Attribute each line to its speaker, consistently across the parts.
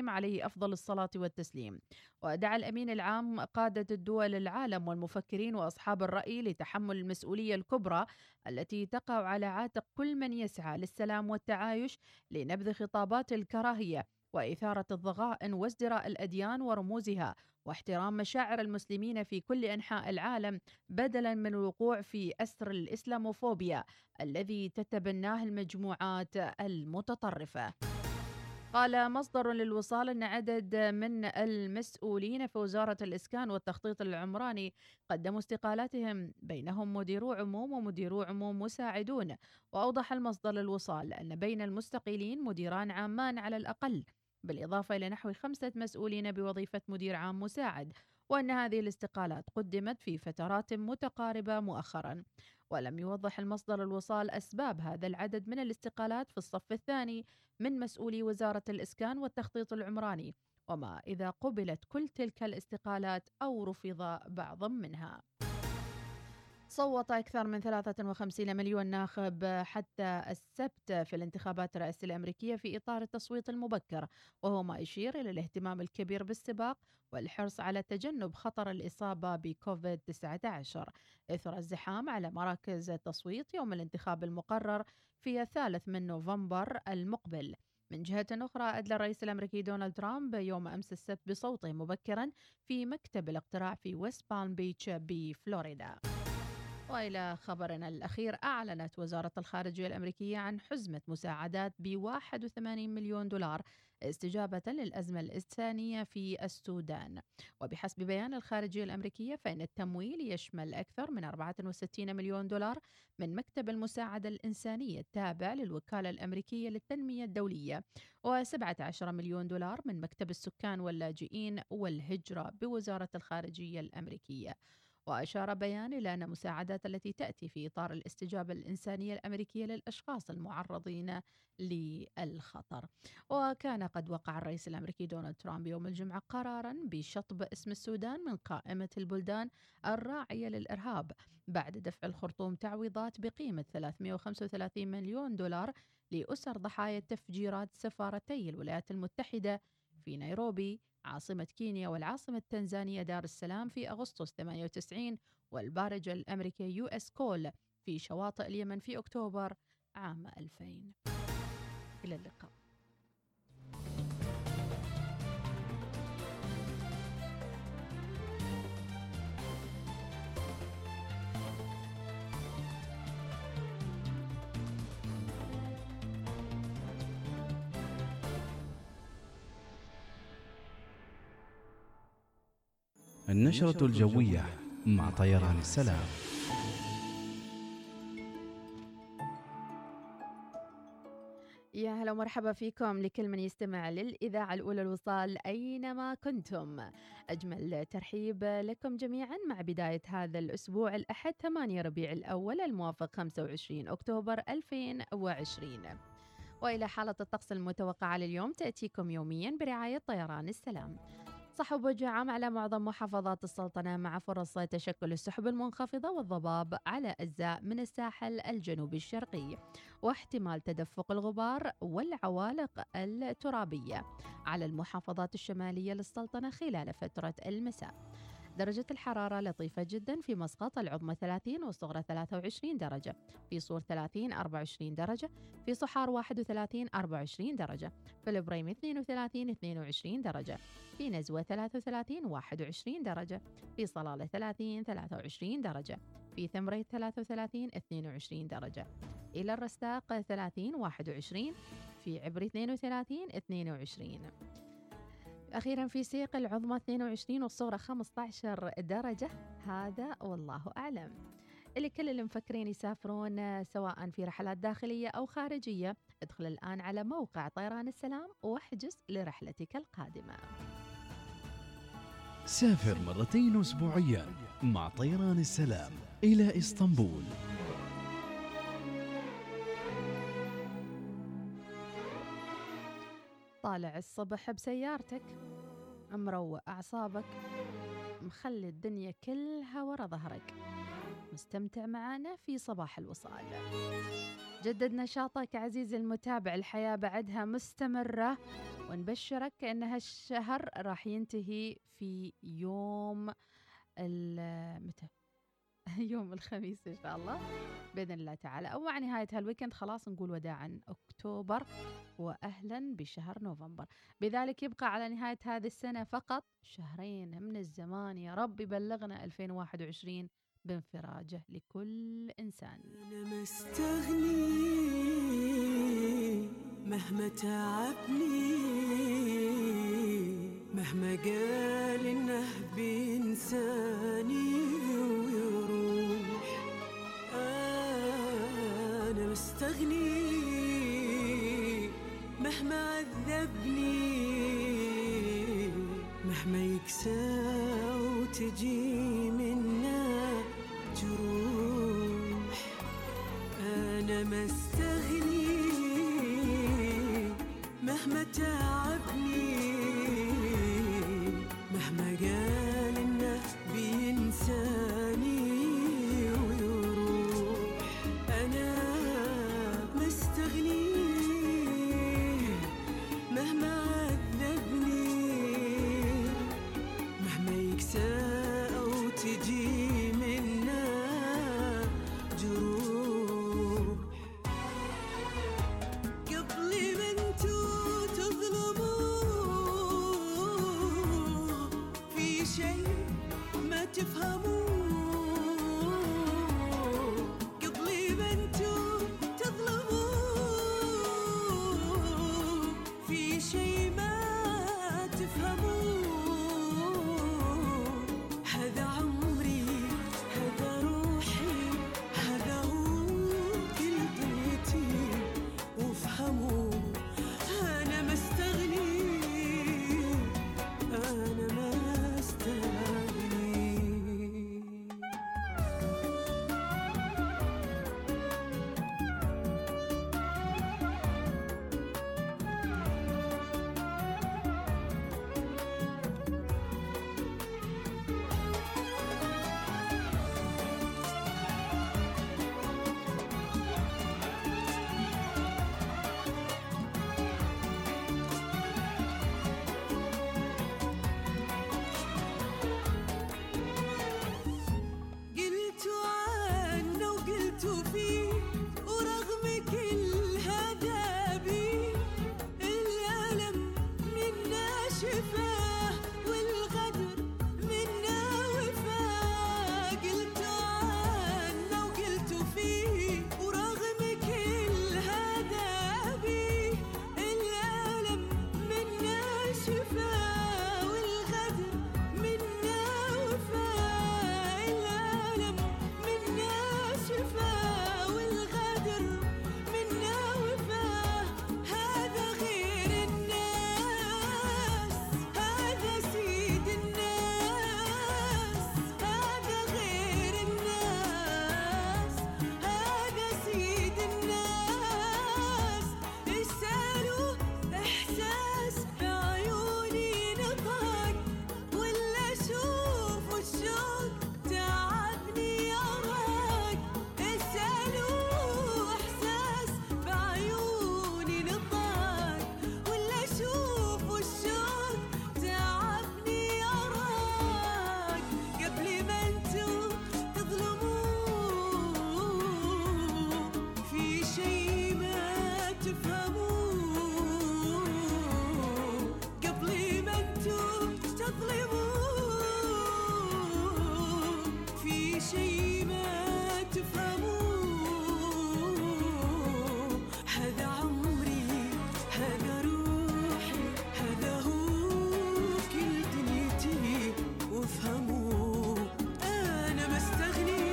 Speaker 1: إبراهيم عليه أفضل الصلاة والتسليم. ودعا الأمين العام قادة الدول العالم والمفكرين وأصحاب الرأي لتحمل المسؤولية الكبرى التي تقع على عاتق كل من يسعى للسلام والتعايش، لنبذ خطابات الكراهية وإثارة الضغائن وازدراء الأديان ورموزها، واحترام مشاعر المسلمين في كل أنحاء العالم، بدلا من الوقوع في أسر الإسلاموفوبيا الذي تتبناه المجموعات المتطرفة. قال مصدر للوصال أن عدد من المسؤولين في وزارة الإسكان والتخطيط العمراني قدموا استقالاتهم، بينهم مديرو عموم ومديرو عموم مساعدون. وأوضح المصدر للوصال أن بين المستقيلين مديران عامان على الأقل، بالإضافة إلى نحو 5 مسؤولين بوظيفة مدير عام مساعد، وأن هذه الاستقالات قدمت في فترات متقاربة مؤخرا. ولم يوضح المصدر الوصال أسباب هذا العدد من الاستقالات في الصف الثاني من مسؤولي وزارة الإسكان والتخطيط العمراني، وما إذا قبلت كل تلك الاستقالات أو رفض بعض منها. صوت أكثر من 53 مليون ناخب حتى السبت في الانتخابات الرئاسية الأمريكية في إطار التصويت المبكر، وهو ما يشير إلى الاهتمام الكبير بالسباق والحرص على تجنب خطر الإصابة بكوفيد 19 إثر الزحام على مراكز التصويت يوم الانتخاب المقرر في 3 من نوفمبر المقبل. من جهة أخرى، أدلى الرئيس الأمريكي دونالد ترامب يوم أمس السبت بصوته مبكرا في مكتب الاقتراع في ويست بالم بيتش بفلوريدا. وإلى خبرنا الأخير، أعلنت وزارة الخارجية الأمريكية عن حزمة مساعدات ب81 مليون دولار استجابة للأزمة الإنسانية في السودان. وبحسب بيان الخارجية الأمريكية، فإن التمويل يشمل أكثر من 64 مليون دولار من مكتب المساعدة الإنسانية التابع للوكالة الأمريكية للتنمية الدولية، و17 مليون دولار من مكتب السكان واللاجئين والهجرة بوزارة الخارجية الأمريكية. وأشار بيان إلى أن المساعدات التي تأتي في إطار الاستجابة الإنسانية الأمريكية للأشخاص المعرضين للخطر. وكان قد وقع الرئيس الأمريكي دونالد ترامب يوم الجمعة قرارا بشطب اسم السودان من قائمة البلدان الراعية للإرهاب، بعد دفع الخرطوم تعويضات بقيمة 335 مليون دولار لأسر ضحايا تفجيرات سفارتي الولايات المتحدة في نيروبي عاصمة كينيا والعاصمة التنزانية دار السلام في أغسطس 98، والبارجة الأمريكية يو اس كول في شواطئ اليمن في أكتوبر عام 2000. إلى اللقاء.
Speaker 2: النشرة الجوية مع طيران السلام.
Speaker 1: يا هلا ومرحبا فيكم لكل من يستمع للإذاعة الأولى الوصال أينما كنتم. أجمل ترحيب لكم جميعا مع بداية هذا الأسبوع الأحد 8 ربيع الأول الموافق 25 أكتوبر 2020. وإلى حالة الطقس المتوقعة لليوم تأتيكم يوميا برعاية طيران السلام. صحب وجه عام على معظم محافظات السلطنة، مع فرص تشكل السحب المنخفضة والضباب على أجزاء من الساحل الجنوبي الشرقي، واحتمال تدفق الغبار والعوالق الترابية على المحافظات الشمالية للسلطنة خلال فترة المساء. درجة الحرارة لطيفة جدا في مسقط، العظمى 30 والصغرى 23 درجة، في صور 30 24 درجة، في صحار 31 24 درجة، في البريم 32 22 درجة، في نزوة 33 21 درجة، في صلالة 30 23 درجة، في ثمريت 33 22 درجة، إلى الرستاق 30 21، في عبري 32 22. أخيرا في سيق العظمى 22 والصغرى 15 درجة. هذا والله أعلم. كل اللي مفكرين يسافرون سواء في رحلات داخلية أو خارجية، ادخل الآن على موقع طيران السلام واحجز لرحلتك القادمة.
Speaker 2: سافر مرتين أسبوعيا مع طيران السلام إلى إسطنبول.
Speaker 1: طالع الصبح بسيارتك، مروق أعصابك، مخلي الدنيا كلها ورا ظهرك، مستمتع معنا في صباح الوصال. جدد نشاطك عزيزي المتابع، الحياة بعدها مستمرة ونبشرك أن هالشهر راح ينتهي في يوم متى؟ يوم الخميس إن شاء الله بإذن الله تعالى، أو مع نهاية هالويكند خلاص نقول وداعا أكتوبر وأهلا بشهر نوفمبر. بذلك يبقى على نهاية هذه السنة فقط شهرين من الزمان، يا رب يبلغنا 2021 بانفراجه لكل إنسان.
Speaker 3: أنا مستغني مهما تعبني، مهما قال إنه بإنساني ويروح. أنا مستغني مهما عذبني، مهما يكسى وتجي منا جروح. أنا مستغني مهما تعبني، مهما قال إنه بإنساني ويروح. أنا مستغني مهما عذبني، مهما يكسى أو تجي منا جروح. قبل ما انتو تظلمون في شيء ما تفهمون، قبل ما انتو تظلمون في شيء ما تفهمون. هذا عمري، هذا روحي، هذا هو كل دنيتي، وافهموا أنا مستغني، أنا مستغني. قلتوا عنه وقلتوا فيه، ورغم كل هذا بيه الألم منا شفاه، والغدر منا وفاه. قلتوا عنه وقلتوا فيه، ورغم كل هذا بيه الألم منا شفاه، والغدر منا وفاه. الألم منا شفاه، والغدر منا وفاه. هذا غير الناس، هذا سيد الناس، هذا غير الناس، هذا سيد الناس. اسألوا إحساس بعيوني نطق، ولا شوف الشوق تعبني أراك. اسألوا إحساس بعيوني نطق، ولا شوف الشوق تعبني أراك. قبل ما انتو تظلمون في شي ما تفهمون، قبل ما انتو تظلمون في شي ما تفهمون. هذا عمري، هذا روحي، هذا هو كل دنيتي، وافهموا أنا مستغني،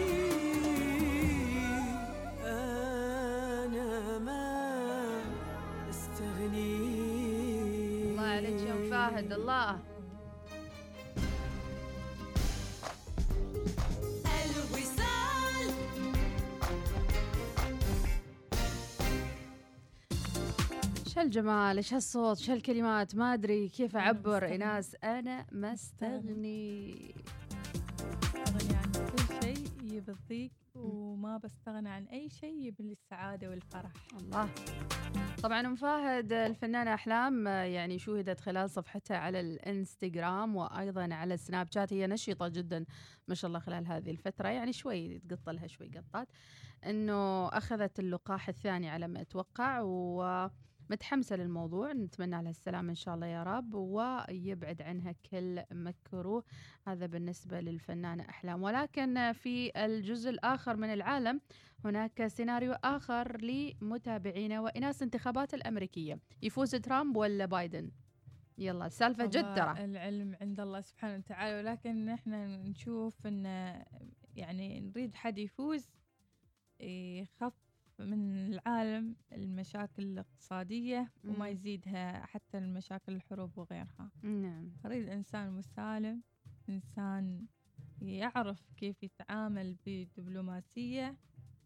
Speaker 3: أنا ما استغني.
Speaker 1: الله عليك يا أم فهد، الله.
Speaker 3: الوصال.
Speaker 1: ايش هالجمال، ايش هالصوت، ايش هالكلمات، ما ادري كيف اعبر. ايناس، انا مستغني.
Speaker 4: استغني عن كل شيء يجيب الضيق وما بستغنى عن أي شيء يجيب لي السعادة والفرح.
Speaker 1: الله. طبعا أم فهد الفنانة أحلام يعني شوهدت خلال صفحتها على الانستغرام وأيضا على السناب شات. هي نشيطة جدا ما شاء الله خلال هذه الفترة، يعني شوي تقط لها شوي قطات، أنه أخذت اللقاح الثاني على ما أتوقع ومتحمسة للموضوع. نتمنى لها السلامة إن شاء الله يا رب ويبعد عنها كل مكروه. هذا بالنسبة للفنانة أحلام. ولكن في الجزء الآخر من العالم هناك سيناريو آخر لمتابعينا وإناس انتخابات الأمريكية، يفوز ترامب ولا بايدن؟ يلا السالفة جد ترى.
Speaker 4: العلم عند الله سبحانه وتعالى، ولكن احنا نشوف ان يعني نريد حد يفوز يخف من العالم المشاكل الاقتصادية وما يزيدها حتى المشاكل الحروب وغيرها.
Speaker 1: نعم.
Speaker 4: نريد إنسان مسالم، إنسان يعرف كيف يتعامل بدبلوماسية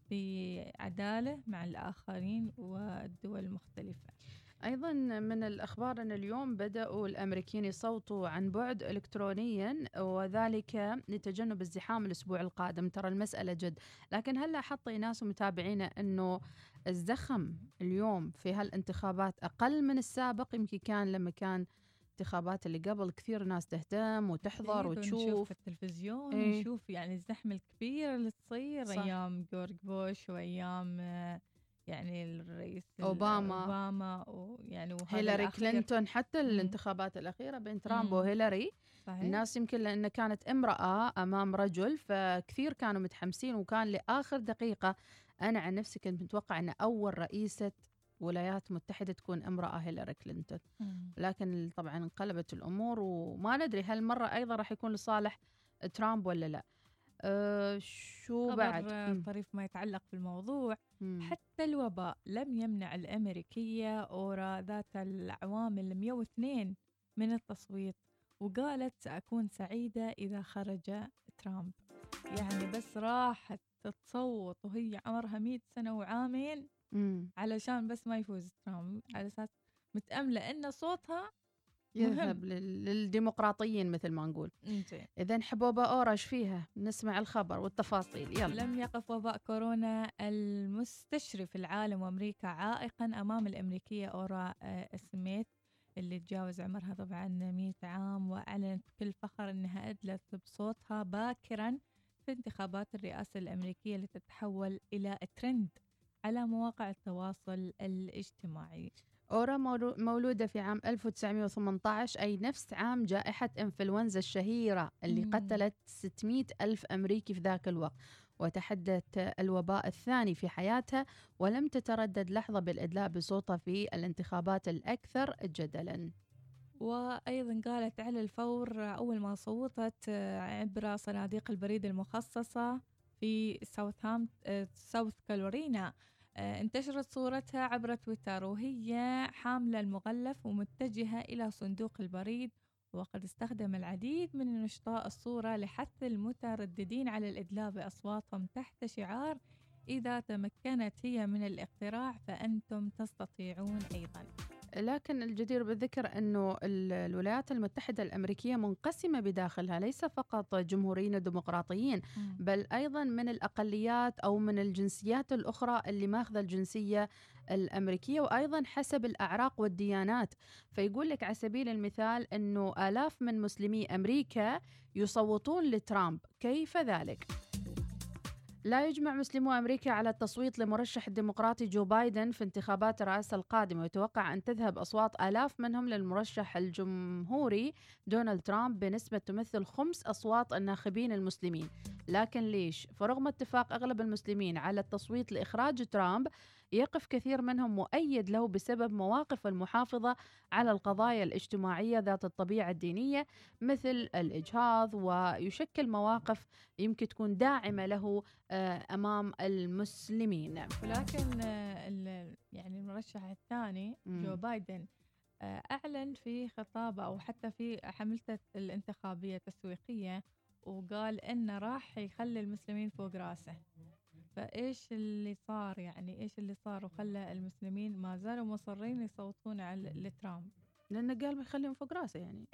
Speaker 4: بعدالة مع الآخرين والدول المختلفة.
Speaker 1: أيضا من الأخبار أن اليوم بدأوا الأمريكيين يصوتوا عن بعد إلكترونيا وذلك لتجنب الزحام الأسبوع القادم. ترى المسألة جد، لكن هل لاحظت ناس ومتابعينا أنه الزخم اليوم في هالانتخابات أقل من السابق؟ يمكن كان لما كان انتخابات اللي قبل كثير ناس تهتم وتحضر وتشوف
Speaker 4: نشوف التلفزيون نشوف يعني الزحمة الكبيرة اللي تصير صح. أيام جورج بوش وأيام يعني الرئيس أوباما ويعني
Speaker 1: هيلاري كلينتون، حتى الانتخابات الأخيرة بين ترامب وهيلاري صحيح. الناس يمكن لأن كانت امرأة أمام رجل فكثير كانوا متحمسين، وكان لآخر دقيقة. أنا عن نفسي كنت متوقع أن أول رئيسة ولايات متحدة تكون امرأة هيلاري كلينتون، لكن طبعا انقلبت الأمور وما ندري هل مرة أيضا راح يكون لصالح ترامب ولا لا. شو بعد
Speaker 4: طريف ما يتعلق بالموضوع. حتى الوباء لم يمنع الأمريكية أورا ذات العوامل 102 من التصويت، وقالت سأكون سعيدة إذا خرج ترامب. يعني بس راحت تصوت وهي عمرها 100 سنة وعامين علشان بس ما يفوز ترامب، على أساس متأملة أن صوتها
Speaker 1: يذهب للديمقراطيين مثل ما نقول. إذن حبوبة أورش فيها نسمع الخبر والتفاصيل. يلا.
Speaker 4: لم يقف وباء كورونا المستشرف العالم وأمريكا عائقا أمام الأمريكية أورا سميث اللي تجاوز عمرها طبعا 100 عام، وأعلنت بكل فخر أنها أدلت بصوتها باكرا في انتخابات الرئاسة الأمريكية اللي تتحول إلى ترند على مواقع التواصل الاجتماعي.
Speaker 1: أورا مولودة في عام 1918، أي نفس عام جائحة إنفلونزا الشهيرة اللي قتلت 600 ألف أمريكي في ذاك الوقت، وتحدت الوباء الثاني في حياتها، ولم تتردد لحظة بالإدلاء بصوتها في الانتخابات الأكثر جدلاً.
Speaker 4: وأيضا قالت على الفور أول ما صوتت عبر صناديق البريد المخصصة في ساوث كارولينا. انتشرت صورتها عبر تويتر وهي حاملة المغلف ومتجهة إلى صندوق البريد، وقد استخدم العديد من نشطاء الصورة لحث المترددين على الإدلاء بأصواتهم تحت شعار إذا تمكنت هي من الاقتراع فأنتم تستطيعون أيضا.
Speaker 1: لكن الجدير بالذكر أنه الولايات المتحدة الأمريكية منقسمة بداخلها، ليس فقط جمهوريين وديمقراطيين بل أيضا من الأقليات أو من الجنسيات الأخرى اللي ماخذة الجنسية الأمريكية، وأيضا حسب الأعراق والديانات. فيقول لك على سبيل المثال أنه آلاف من مسلمي أمريكا يصوتون لترامب. كيف ذلك؟ لا يجمع مسلمو أمريكا على التصويت لمرشح الديمقراطي جو بايدن في انتخابات الرئاسة القادمة، ويتوقع أن تذهب أصوات آلاف منهم للمرشح الجمهوري دونالد ترامب بنسبة تمثل 5 أصوات الناخبين المسلمين. لكن ليش؟ فرغم اتفاق أغلب المسلمين على التصويت لإخراج ترامب، يقف كثير منهم مؤيد له بسبب مواقف المحافظة على القضايا الاجتماعية ذات الطبيعة الدينية مثل الإجهاض، ويشكل مواقف يمكن تكون داعمة له أمام المسلمين.
Speaker 4: ولكن يعني المرشح الثاني جو بايدن أعلن في خطابه أو حتى في حملته الانتخابية التسويقية وقال إنه راح يخلي المسلمين فوق راسه. فإيش اللي صار؟ يعني إيش اللي صار وخلى المسلمين ما زالوا مصرين يصوتون على لترامب؟
Speaker 1: لأنه قال بيخليهم فوق راسه، يعني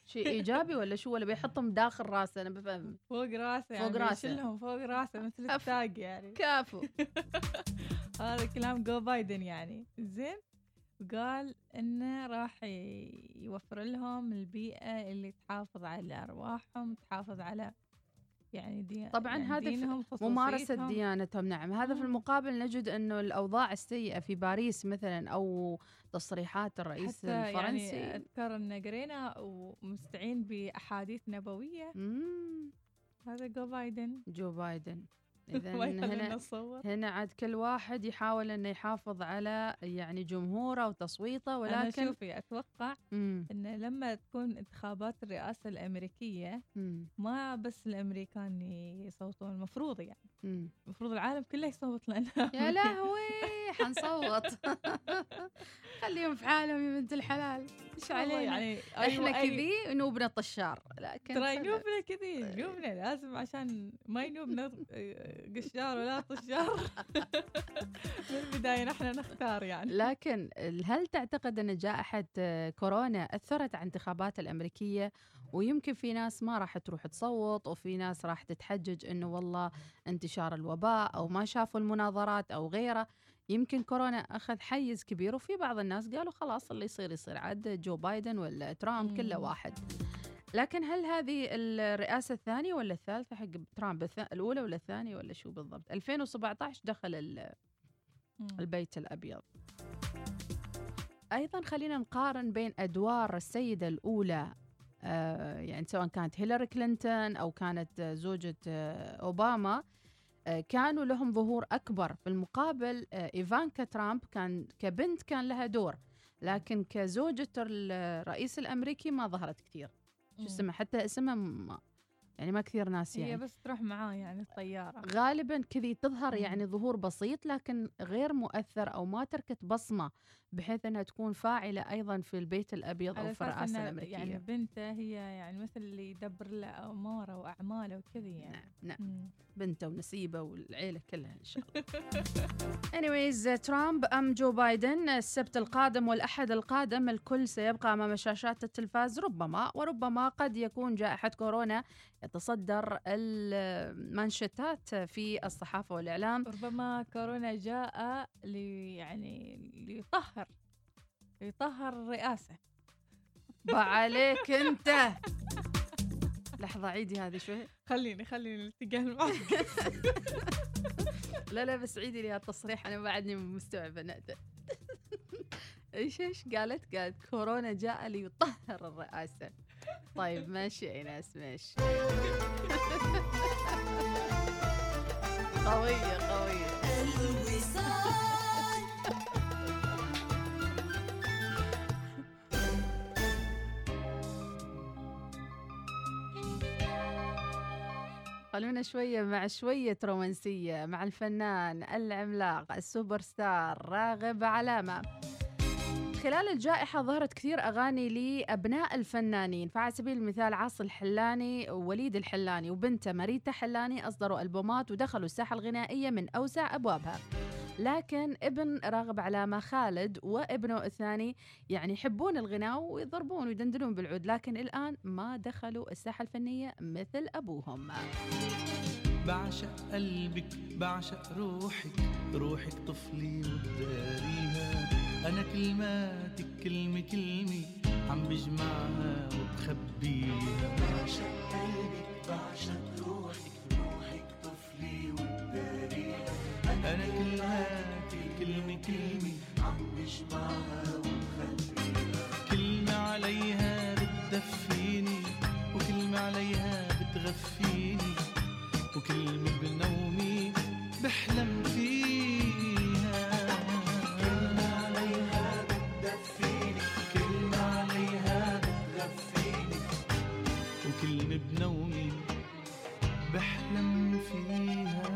Speaker 1: شيء ايجابي ولا شو، ولا بيحطهم داخل راسه؟ انا بفهم.
Speaker 4: فوق راسه يعني،
Speaker 1: فوق راسه.
Speaker 4: يشيلهم فوق راسه مثل
Speaker 1: كفو.
Speaker 4: التاج يعني.
Speaker 1: كافو.
Speaker 4: هذا كلام جو بايدن يعني. زين، وقال انه راح يوفر لهم البيئة اللي تحافظ على ارواحهم، تحافظ على يعني
Speaker 1: طبعا
Speaker 4: يعني
Speaker 1: هذا
Speaker 4: دينهم،
Speaker 1: ممارسة
Speaker 4: خصوصيتهم.
Speaker 1: ديانتهم. نعم. هذا في المقابل نجد أنه الأوضاع السيئة في باريس مثلا، أو تصريحات الرئيس
Speaker 4: حتى
Speaker 1: الفرنسي.
Speaker 4: يعني اذكر ان قرينا ومستعين باحاديث نبوية. هذا جو بايدن.
Speaker 1: جو بايدن. إذا
Speaker 4: ما يخلينا
Speaker 1: هنا
Speaker 4: نصور.
Speaker 1: هنا عاد كل واحد يحاول انه يحافظ على يعني جمهوره وتصويته،
Speaker 4: انا
Speaker 1: ولكن
Speaker 4: شوفي اتوقع ان لما تكون انتخابات الرئاسة الامريكية ما بس الامريكان يصوتون، المفروض يعني المفروض العالم كله يصوت لنا.
Speaker 1: يا لهوي حنصوت. خليهم في حالهم يا بنت الحلال.
Speaker 4: ايش علينا يعني؟
Speaker 1: احنا كذي نوبنا طشار، لكن
Speaker 4: ترى ينوبنا كذي، ينوبنا لازم عشان ما ينوبنا قشار ولا طشار. من البداية نحن نختار يعني.
Speaker 1: لكن هل تعتقد أن جائحة كورونا أثرت على الانتخابات الأمريكية؟ ويمكن في ناس ما راح تروح تصوت، وفي ناس راح تتحجج أنه والله انتشار الوباء، أو ما شافوا المناظرات أو غيره. يمكن كورونا أخذ حيز كبير، وفي بعض الناس قالوا خلاص اللي يصير عاد جو بايدن ولا ترامب كله واحد. لكن هل هذه الرئاسة الثانية ولا الثالثة حق ترامب؟ الأولى ولا الثانية ولا شو بالضبط؟ 2017 دخل البيت الأبيض. أيضا خلينا نقارن بين أدوار السيدة الأولى، يعني سواء كانت هيلاري كلينتون أو كانت زوجة أوباما، كانوا لهم ظهور أكبر. في المقابل إيفانكا ترامب كان كبنت كان لها دور، لكن كزوجة الرئيس الأمريكي ما ظهرت كثير. شو اسمها؟ حتى اسمها يعني ما كثير ناس يعني.
Speaker 4: هي بس تروح معاه يعني الطيارة
Speaker 1: غالبا كذي تظهر يعني ظهور بسيط، لكن غير مؤثر أو ما تركت بصمة بحيث أنها تكون فاعلة أيضا في البيت الأبيض أو في الرئاسة الأمريكية.
Speaker 4: يعني بنته هي يعني مثل اللي يدبر له أموره وأعماله وكذي يعني.
Speaker 1: نعم. بنته ونسيبه والعيلة كلها إن شاء الله. anyways، ترامب أم جو بايدن؟ السبت القادم والأحد القادم الكل سيبقى أمام شاشات التلفاز، وربما قد يكون جائحة كورونا يتصدر المانشيتات في الصحافة والإعلام.
Speaker 4: ربما كورونا جاء ليطهر الرئاسة.
Speaker 1: عليك أنت. لحظة عيدي هذه شوي.
Speaker 4: خليني التقال معك.
Speaker 1: لا بس عيدي لي هالتصريح، أنا بعدني مستوعبة. إيش قالت كورونا جاء ليطهر الرئاسة. طيب ماشي إيناس، ماشي. قوية.
Speaker 3: الوصال.
Speaker 1: خلونا شوية مع شوية رومانسية مع الفنان العملاق السوبر ستار راغب علامة. خلال الجائحة ظهرت كثير أغاني لأبناء الفنانين، فعلى سبيل المثال عاصي الحلاني ووليد الحلاني وبنته ماريتا حلاني أصدروا ألبومات ودخلوا الساحة الغنائية من أوسع أبوابها. لكن ابن راغب علامة خالد وابنه الثاني يعني يحبون الغناء ويضربون ويدندنون بالعود، لكن الآن ما دخلوا الساحة الفنية مثل أبوهم.
Speaker 5: بعشق قلبك بعشق روحك طفلي وبداريها، أنا كلماتك كلمة عم بجمعها وبخبيها. بعشق قلبك بعشق روحك طفلي وبداريها، أنا كلماتك كلمة عم بجمعها وبخبيها. كلمة عليها بتدفيني وكلمة عليها بتغفيني، وكلمة بنومي بحلم فيها. كلمة عليها بتدفيني، كلمة عليها بتغفيني، وكلمة بنومي بحلم فيها.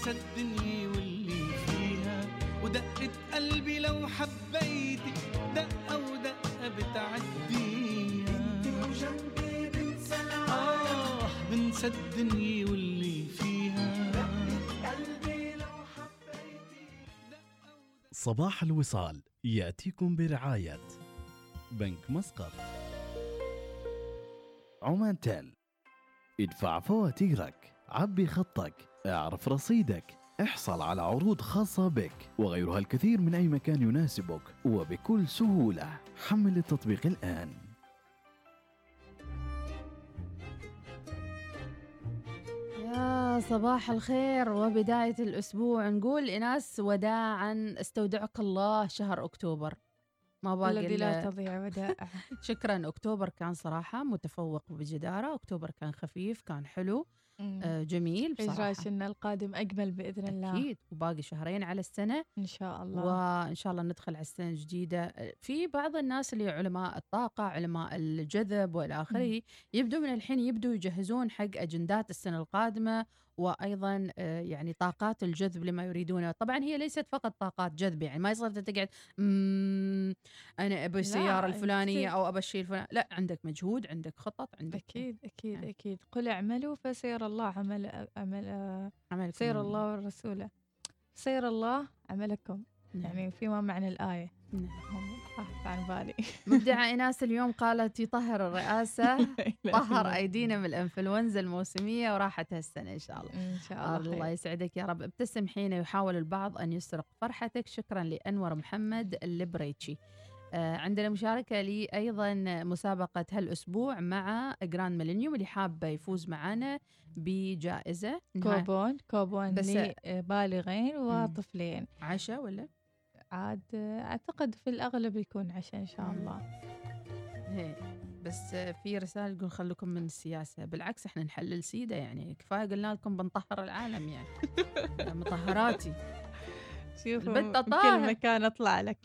Speaker 5: بنسى الدنيا واللي فيها، ودقة قلبي لو حبيتك دقة ودقة بتعديها. انت وجنبي بنسى العالم، بنسى الدنيا واللي فيها، دقة قلبي لو حبيتك دقة ودقة.
Speaker 2: صباح الوصال يأتيكم برعاية بنك مسقط، عمان تيل. ادفع فواتيرك، عبي خطك، اعرف رصيدك، احصل على عروض خاصة بك وغيرها الكثير من أي مكان يناسبك وبكل سهولة. حمل التطبيق الآن.
Speaker 1: يا صباح الخير وبداية الأسبوع، نقول إناس وداعا، استودعك الله شهر أكتوبر، ما باقي
Speaker 4: الذي لا تضيع ودائع.
Speaker 1: شكرا. أكتوبر كان صراحة متفوق بجدارة، أكتوبر كان خفيف، كان حلو، جميل بصراحة.
Speaker 4: إجراء القادم أجمل بإذن الله.
Speaker 1: أكيد، وباقي شهرين على السنة
Speaker 4: إن شاء الله.
Speaker 1: وإن شاء الله ندخل على السنة الجديدة. في بعض الناس اللي علماء الطاقة، علماء الجذب والى آخره، يبدو من الحين يبدو يجهزون حق أجندات السنة القادمة، وأيضا يعني طاقات الجذب لما يريدونه. طبعا هي ليست فقط طاقات جذب، يعني ما يصير تقعد أنا أبي السيارة الفلانية أو أبي الشيء الفلاني، لا، عندك مجهود، عندك خطط، عندك
Speaker 4: أكيد أكيد. قل اعملوا فسير الله عملكم، سير الله ورسوله، سير الله عملكم. يعني فيما معنى الآية. راحت عن بالي.
Speaker 1: مبدعة إيناس اليوم قالت يطهر الرئاسة طهر أيدينا من الإنفلونزا الموسمية وراحت هالسنة إن شاء الله.
Speaker 4: إن شاء الله.
Speaker 1: الله يسعدك يا رب. ابتسم حين يحاول البعض أن يسرق فرحتك. شكرا لأنور محمد اللبريتشي. عندنا مشاركة لي أيضا مسابقة هالأسبوع مع جراند ميلينيوم، اللي حاب يفوز معنا بجائزة
Speaker 4: كوبون لبالغين وطفلين.
Speaker 1: عشاء ولا؟
Speaker 4: عاد أعتقد في الأغلب يكون عشاء إن شاء الله.
Speaker 1: بس في رسالة يقول خلوكم من السياسة، بالعكس احنا نحلل سيدة، يعني كفاية قلنا لكم بنطهر العالم يعني. مطهراتي
Speaker 4: شوفوا كل مكان أطلع لك.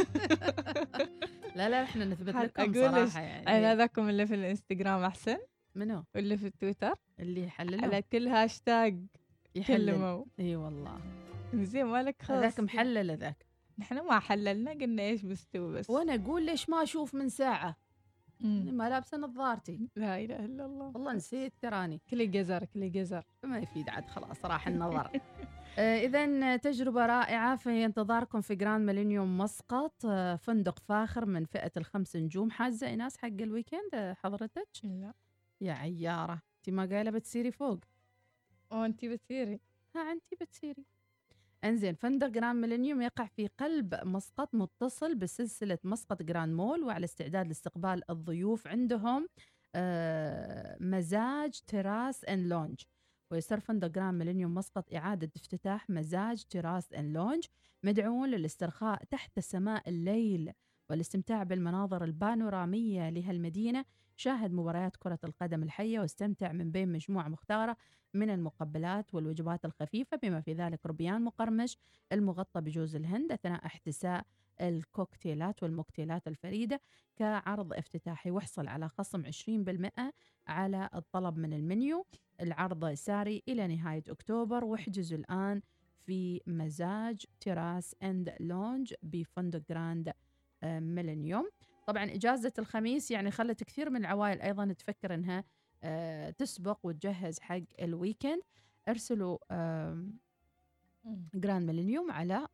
Speaker 1: لا احنا نثبت لكم صراحة يعني.
Speaker 4: أنا ذاكم اللي في الانستغرام أحسن
Speaker 1: منو؟
Speaker 4: واللي في التويتر
Speaker 1: اللي يحللوا
Speaker 4: على كل هاشتاج
Speaker 1: يحللوا. اي والله
Speaker 4: زين، مالك خلاص
Speaker 1: ذاك محلل ذاك.
Speaker 4: نحن ما حللنا، قلنا ايش بستوي بس.
Speaker 1: وانا اقول ليش ما اشوف من ساعة ما لابسه نظارتي.
Speaker 4: لا اله الا الله،
Speaker 1: والله نسيت تراني.
Speaker 4: كلي جزر
Speaker 1: ما يفيد عاد، خلاص راح النظر. إذن تجربة رائعة في انتظاركم في جراند ميلينيوم مسقط، فندق فاخر من فئة ال5 نجوم. حازة إيناس حق الويكند حضرتك؟
Speaker 4: لا
Speaker 1: يا عيارة، انتي ما قايلة بتسيري فوق.
Speaker 4: وانتي بتسيري.
Speaker 1: انتي بتسيري. انزين، فندق جراند ميلينيوم يقع في قلب مسقط، متصل بسلسلة مسقط جراند مول، وعلى استعداد لاستقبال الضيوف. عندهم مزاج تراس ان لونج، ويسر فندق جراند ميلينيوم مسقط إعادة افتتاح مزاج تراس ان لونج، مدعوون للاسترخاء تحت سماء الليل والاستمتاع بالمناظر البانورامية لهالمدينة. شاهد مباريات كرة القدم الحية واستمتع من بين مجموعة مختارة من المقبلات والوجبات الخفيفة، بما في ذلك ربيان مقرمش المغطى بجوز الهند أثناء احتساء الكوكتيلات والموكتيلات الفريدة كعرض افتتاحي. واحصل على خصم 20% على الطلب من المنيو. العرض ساري إلى نهاية أكتوبر، واحجزوا الآن في مزاج تراس اند لونج بفندق جراند ميلينيوم. طبعا إجازة الخميس يعني خلت كثير من العوائل أيضا تفكر أنها تسبق وتجهز حق الويكند. ارسلوا جراند ميلينيوم على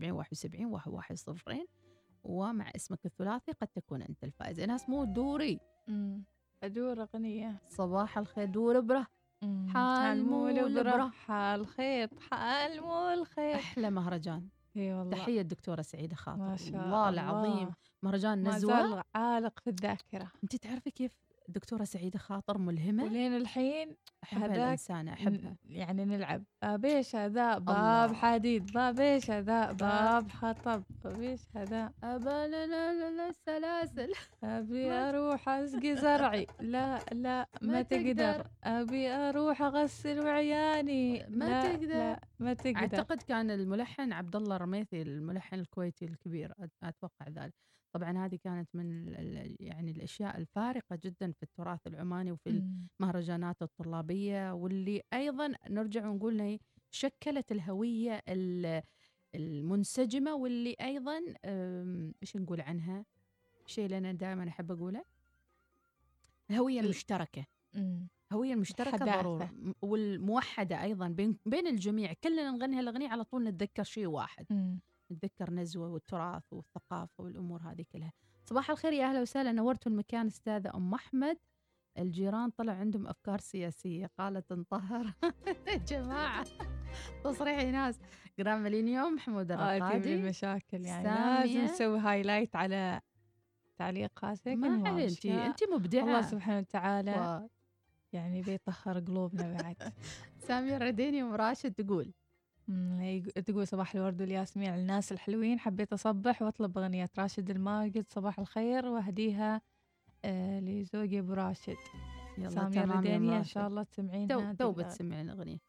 Speaker 1: 71 ومع اسمك الثلاثي قد تكون أنت الفائز. ناس مو دوري
Speaker 4: أدور أغنية.
Speaker 1: صباح الخير دور بره حال مو بره
Speaker 4: حال خيط حال مو الخيط.
Speaker 1: أحلى مهرجان.
Speaker 4: والله.
Speaker 1: تحية الدكتورة سعيدة خاطر،
Speaker 4: ما شاء
Speaker 1: الله العظيم، مهرجان نزوة
Speaker 4: ما زال عالق في الذاكرة.
Speaker 1: أنت تعرفي كيف دكتورة سعيدة خاطر ملهمة
Speaker 4: ولين الحين
Speaker 1: أحبها الإنسانة، أحبها.
Speaker 4: يعني نلعب بابيش هذا باب حديد، بابيش هذا باب حطب، بابيش هذا
Speaker 1: أبا لا سلاسل،
Speaker 4: أبي أروح أسقي زرعي، لا ما تقدر، أبي أروح أغسل وعياني،
Speaker 1: ما تقدر.
Speaker 4: لا ما تقدر.
Speaker 1: أعتقد كان الملحن عبد الله الرميثي، الملحن الكويتي الكبير، أتوقع ذلك. طبعا هذه كانت من يعني الأشياء الفارقة جدا في التراث العماني وفي المهرجانات الطلابية، واللي أيضا نرجع ونقول شكلت الهوية المنسجمة، واللي أيضا إيش نقول عنها، شيء اللي أنا دائما أحب أقوله، الهوية المشتركة. هوية المشتركة ضرورة، والموحدة أيضا بين الجميع. كلنا نغني هالأغنية على طول نتذكر شيء واحد، نتذكر نزوة والتراث والثقافة والأمور هذه كلها. صباح الخير، يا أهلا وسهلا، نورتوا المكان أستاذة أم أحمد. الجيران طلع عندهم أفكار سياسية، قالت نطهر. يا جماعة تصريح ناس. جرام ملينيوم محمود الرقادي.
Speaker 4: المشاكل يعني لازم نسوي هايلايت على تعليقاتك.
Speaker 1: ما علي، أنت مبدعة.
Speaker 4: الله سبحانه وتعالى يعني بيطهر قلوبنا بعد.
Speaker 1: سامية الرديني وراشد
Speaker 4: تقول صباح الورد والياسمين على الناس الحلوين، حبيت أصبح وأطلب أغنية راشد الماجد صباح الخير وأهديها لزوجي أبو راشد. سامية الرديني إن شاء الله تسمعينها.
Speaker 1: تو بتسمعين الأغنية.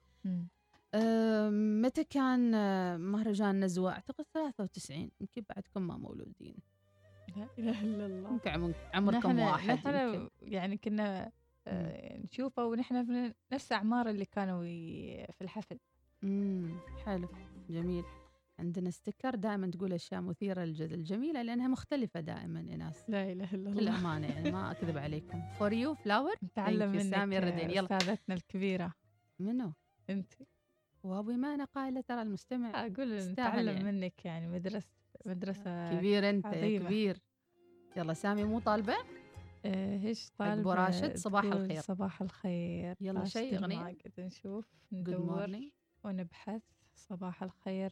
Speaker 1: متى كان مهرجان نزوة؟ أعتقد 93، يمكن بعدكم ما مولودين.
Speaker 4: لا إله إلا الله.
Speaker 1: يمكن عمركم واحد.
Speaker 4: نحن يعني كنا نشوفه ونحن في نفس أعمار اللي كانوا في الحفل.
Speaker 1: حلو جميل. عندنا ستيكر دائما تقول أشياء مثيرة للجدل جميلة لأنها مختلفة دائما يا ناس.
Speaker 4: لا إله إلا الله.
Speaker 1: بالأمانة يعني ما أكذب عليكم. For you flower.
Speaker 4: نتعلم منك
Speaker 1: سامي الردين. يلا
Speaker 4: أستاذتنا الكبيرة.
Speaker 1: منو؟
Speaker 4: أنت.
Speaker 1: وبما أنا قائلة ترى المستمع.
Speaker 4: أقول نتعلم يعني. منك يعني مدرسة
Speaker 1: كبير أنت كبير. يلا سامي مو طالبة؟
Speaker 4: ايش طالبة؟
Speaker 1: أبو راشد صباح الخير.
Speaker 4: صباح الخير.
Speaker 1: يلا شيء أغنية.
Speaker 4: نشوف ندور ونبحث. صباح الخير.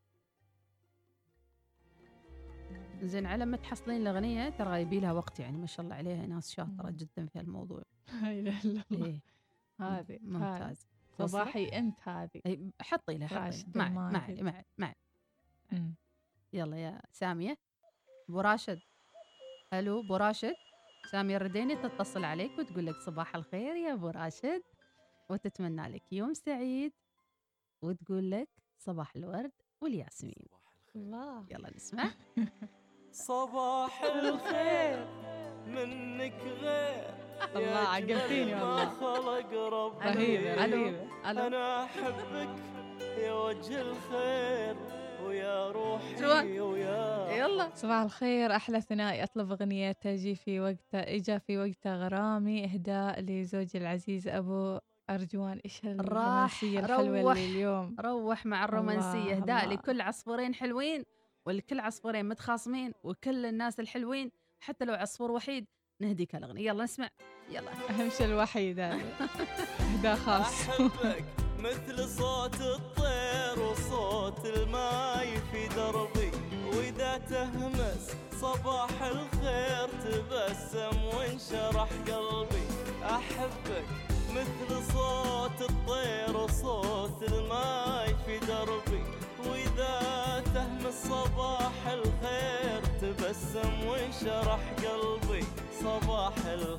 Speaker 1: زين على ما تحصلين الأغنية ترى يبي لها وقت، يعني ما شاء الله عليها ناس شاطرة جدا في هالموضوع.
Speaker 4: لا إله إلا الله.
Speaker 1: إيه.
Speaker 4: هذه
Speaker 1: ممتاز.
Speaker 4: صباحي أنت هذه.
Speaker 1: حطي لها معي. يلا يا سامية. أبو راشد. ألو أبو راشد. سامية الرديني تتصل عليك وتقول لك صباح الخير يا أبو راشد، وتتمنى لك يوم سعيد، وتقول لك صباح الورد والياسمين.
Speaker 4: الله.
Speaker 1: يلا نسمع.
Speaker 5: صباح الخير منك غير.
Speaker 4: الله عقلتيني والله.
Speaker 5: خلق ربي.
Speaker 4: رهيبة.
Speaker 5: أنا أحبك يا وجه الخير ويا روحي ويا.
Speaker 4: يلا. صباح الخير، أحلى ثنائي أطلب أغنية تجي في وقتها، إجا في وقتها غرامي، إهداء لزوجي العزيز أبو أرجوان. إيش الرومانسية الحلوة اللي اليوم.
Speaker 1: روح مع الرومانسية. إهداء لكل عصفورين حلوين ولكل عصفورين متخاصمين وكل الناس الحلوين، حتى لو عصفور وحيد نهديك الأغنية. يلا نسمع. يلا.
Speaker 4: أهم شيء الوحيد هذا. إهداء خاص.
Speaker 5: أحبك مثل صوت الطير وصوت الماي في دربي، وإذا تهمس صباح الخير تبسم وانشرح قلبي. أحبك مثل صوت الطير وصوت الماي في دربي، وإذا تهمس صباح الخير تبسم وانشرح قلبي. صباح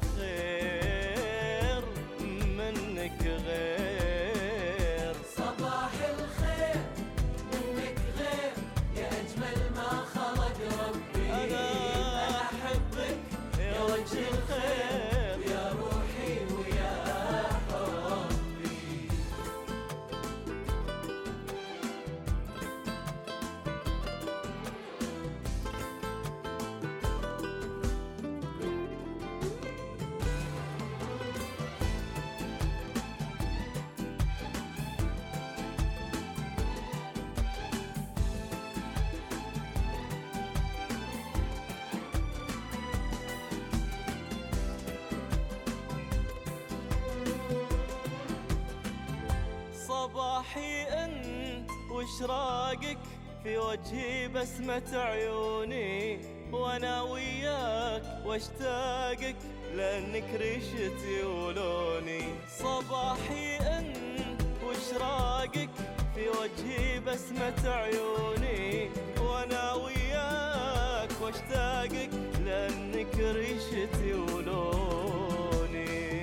Speaker 5: الخير منك غير.
Speaker 3: صباح الخير منك غير، يا أجمل ما خلق ربي.
Speaker 5: أنا أحبك يا وجه الخير
Speaker 3: يا روحي ويا حبي.
Speaker 5: صباحي أنت وإشراقك في وجهي بسمة عيوني، وأنا وياك واشتاقك لأنك ريشتي ولوني. صباحي أنت وإشراقك في وجهي بسمة عيوني، وأنا وياك واشتاقك لأنك ريشتي ولوني.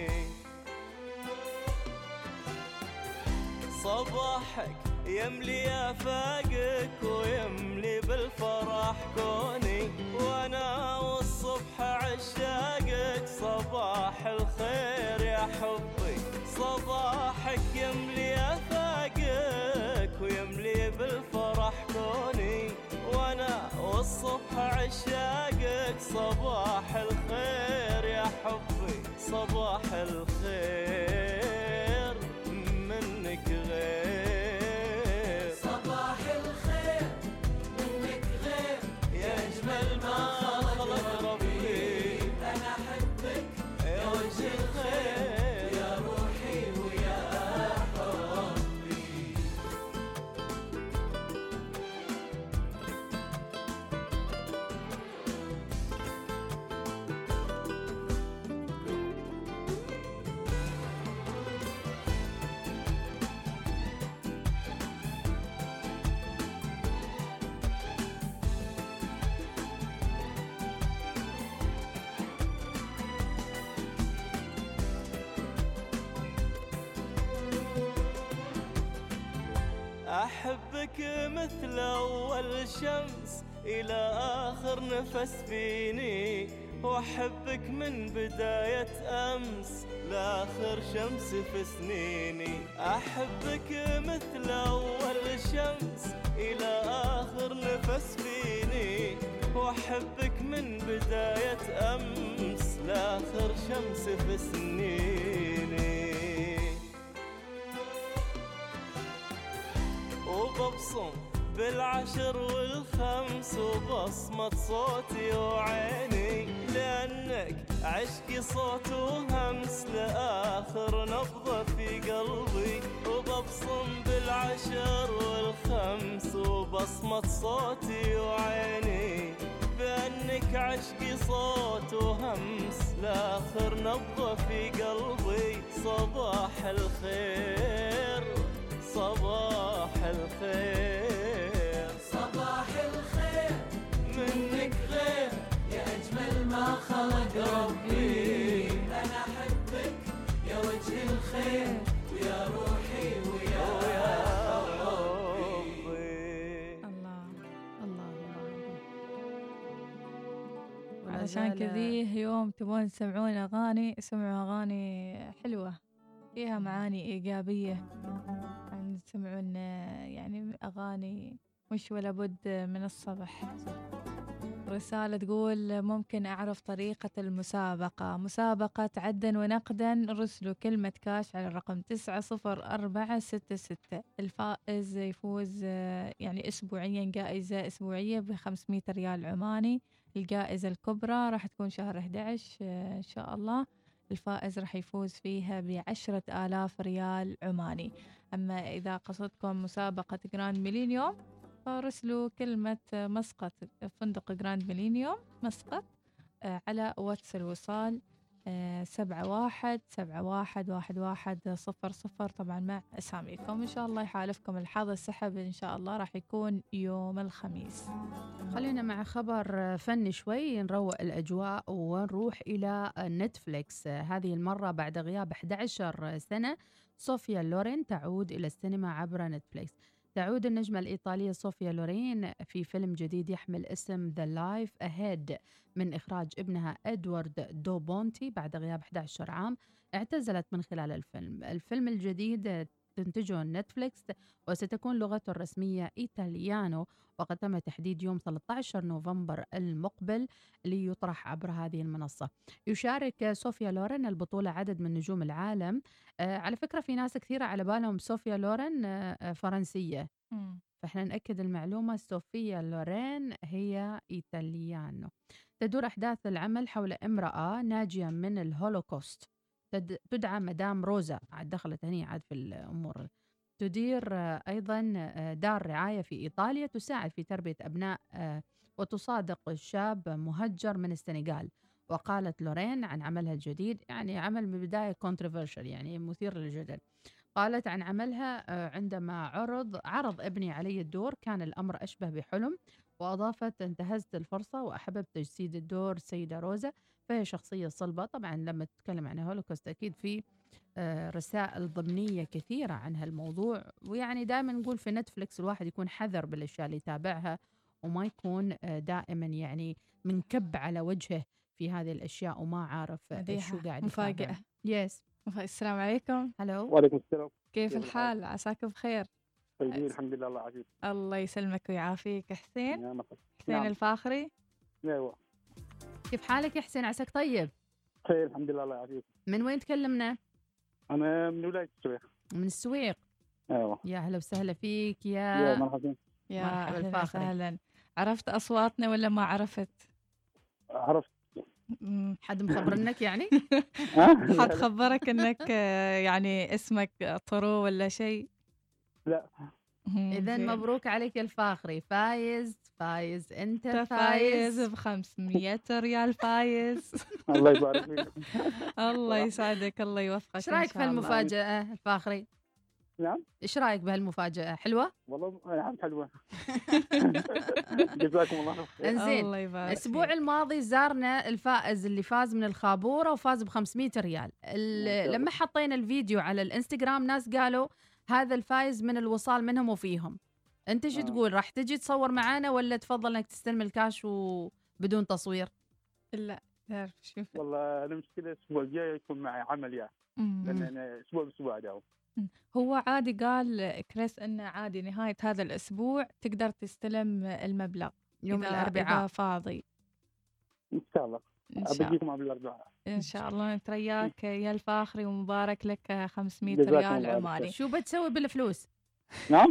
Speaker 5: صباحك يملي آفاقك ويملي بالفرح كوني، وأنا والصبح عشاقك. صباح الخير يا حبي. صباحك يملي آفاقك والصبح عشاقك صباح الخير يا حبي صباح الخير منك غير
Speaker 3: صباح الخير منك غير
Speaker 5: يا أجمل ما خلق ربي
Speaker 3: أنا أحبك
Speaker 5: يا وجه الخير
Speaker 3: يا روحي ويا حبي.
Speaker 5: أحبك مثل أول شمس إلى آخر نفس فيني، وأحبك من بداية أمس لآخر شمس في سنيني. أحبك مثل أول شمس إلى آخر نفس فيني، وأحبك من بداية أمس لآخر شمس في سنيني. وببصم بالعشر والخمس وبصمة صوتي وعيني، لأنك عشقي صوت وهمس لآخر نبضة في قلبي. وببصم بالعشر والخمس وبصمة صوتي وعيني، بأنك عشقي صوت وهمس لآخر نبضة في قلبي. صباح الخير صباح الخير
Speaker 3: صباح الخير
Speaker 5: منك غير
Speaker 3: يا أجمل ما خلق ربي. أنا أحبك يا وجه الخير ويا روحي ويا حبي.
Speaker 4: الله.
Speaker 1: الله الله. ولا
Speaker 4: علشان
Speaker 1: زال-
Speaker 4: كذي يوم تبون تسمعون أغاني، اسمعوا أغاني حلوة فيها معاني إيجابية. يعني تسمعون يعني أغاني مش ولا بد من الصبح. رسالة تقول ممكن أعرف طريقة المسابقة، مسابقة عدا ونقدا، رسلوا كلمة كاش على الرقم 90466. الفائز يفوز يعني أسبوعيا جائزة أسبوعية ب500 ريال عماني. الجائزة الكبرى راح تكون شهر 11 إن شاء الله. الفائز راح يفوز فيها ب10,000 ريال عماني. أما إذا قصدكم مسابقة جراند ميلينيوم فرسلوا كلمة مسقط فندق جراند ميلينيوم مسقط على واتس الوصال 71711100. طبعا مع أساميكم. إن شاء الله يحالفكم الحظ. السحب إن شاء الله راح يكون يوم الخميس.
Speaker 1: خلينا مع خبر فني شوي نروق الأجواء ونروح إلى نتفليكس. هذه المرة بعد غياب 11 سنة صوفيا لورين تعود إلى السينما عبر نتفليكس. تعود النجمة الإيطالية صوفيا لورين في فيلم جديد يحمل اسم The Life Ahead من إخراج ابنها إدوارد دو بونتي بعد غياب 11 عام اعتزلت من خلال الفيلم. الفيلم الجديد تنتجه نتفليكس وستكون لغته الرسمية إيطاليانو، وقد تم تحديد يوم 13 نوفمبر المقبل ليطرح عبر هذه المنصة. يشارك صوفيا لورين البطولة عدد من نجوم العالم. على فكرة في ناس كثيرة على بالهم صوفيا لورين فرنسية، فإحنا نأكد المعلومة، صوفيا لورين هي إيطاليانو. تدور أحداث العمل حول امرأة ناجية من الهولوكوست تدعى مدام روزا، عاد دخلت هني عاد في الأمور. تدير أيضا دار رعاية في إيطاليا تساعد في تربية أبناء وتصادق شاب مهجر من السنغال. وقالت لورين عن عملها الجديد، يعني عمل من بداية controversial يعني مثير للجدل. قالت عن عملها عندما عرض ابني علي الدور كان الأمر أشبه بحلم. وأضافت انتهزت الفرصة وأحببت تجسيد الدور سيدة روزا، فهي شخصية صلبة. طبعا لما تتكلم عن هولوكوست أكيد في رسائل ضمنية كثيرة عن هالموضوع. ويعني دائما نقول في نتفليكس الواحد يكون حذر بالأشياء اللي يتابعها وما يكون دائما يعني منكب على وجهه في هذه الأشياء وما عارف شو قاعد
Speaker 4: مفاجأة.
Speaker 1: يس.
Speaker 4: السلام عليكم.
Speaker 1: هلو.
Speaker 6: وعليكم السلام.
Speaker 4: كيف
Speaker 6: كيف
Speaker 4: الحال؟ عساك بخير.
Speaker 6: طيبين الحمد لله، الله يعافيك.
Speaker 4: الله يسلمك ويعافيك. حسين
Speaker 6: يا مرحبا.
Speaker 4: حسين
Speaker 6: نعم.
Speaker 4: الفاخري.
Speaker 6: ايوه
Speaker 1: كيف حالك يا حسين؟ عساك طيب.
Speaker 6: خير الحمد لله، الله يعافيك.
Speaker 1: من وين تكلمنا؟
Speaker 6: انا من ولايه السويق.
Speaker 1: من السويق.
Speaker 6: ايوه
Speaker 1: يا هلا وسهلا فيك
Speaker 6: يا
Speaker 1: يا
Speaker 6: مرحبا.
Speaker 4: يا
Speaker 1: مرحبا
Speaker 4: أهلا
Speaker 1: الفاخري.
Speaker 4: وسهلا. عرفت أصواتنا ولا ما عرفت؟
Speaker 6: عرفت.
Speaker 1: حد مخبرنك يعني؟
Speaker 4: حد خبرك انك يعني اسمك طرو ولا شيء؟
Speaker 6: لا.
Speaker 1: إذا
Speaker 4: زين.
Speaker 1: مبروك عليك يا الفاخري، فايز أنت
Speaker 4: انت
Speaker 1: فايز
Speaker 4: فايز ب500 ريال فايز.
Speaker 6: الله يبارك فيك.
Speaker 4: الله يسعدك، الله يوفقك.
Speaker 1: إيش رأيك في المفاجأة الفاخري؟
Speaker 6: نعم
Speaker 1: إيش رأيك بهالمفاجأة؟ حلوة؟
Speaker 6: والله نعم حلوه. جزاكم الله خير.
Speaker 1: انزين،
Speaker 4: الله يبارك
Speaker 1: الأسبوع
Speaker 4: فيك.
Speaker 1: الماضي زارنا الفائز اللي فاز من الخابورة وفاز ب500 ريال.
Speaker 6: شاء الله.
Speaker 1: لما حطينا الفيديو على الانستغرام ناس قالوا هذا الفايز من الوصال منهم وفيهم. أنت شو تقول؟ راح تجي تصور معانا ولا تفضل أنك تستلم الكاش وبدون تصوير؟
Speaker 4: لا تعرف شوف.
Speaker 6: والله انا مشكله الاسبوع الجاي يكون معي عمل يعني، لان انا اسبوع باسبوع اداوم.
Speaker 4: هو عادي قال كريس انه عادي نهاية هذا الاسبوع تقدر تستلم المبلغ
Speaker 1: يوم
Speaker 4: إذا
Speaker 1: الأربعاء.
Speaker 4: فاضي
Speaker 6: ان شاء الله
Speaker 4: ان شاء الله.
Speaker 6: ابيكم قبل الاربعاء.
Speaker 4: ان شاء الله نترياك يا الفاخري ومبارك لك 500
Speaker 6: جزاكم
Speaker 4: ريال
Speaker 6: الله
Speaker 4: عماني.
Speaker 1: شو بتسوي بالفلوس؟
Speaker 6: نعم.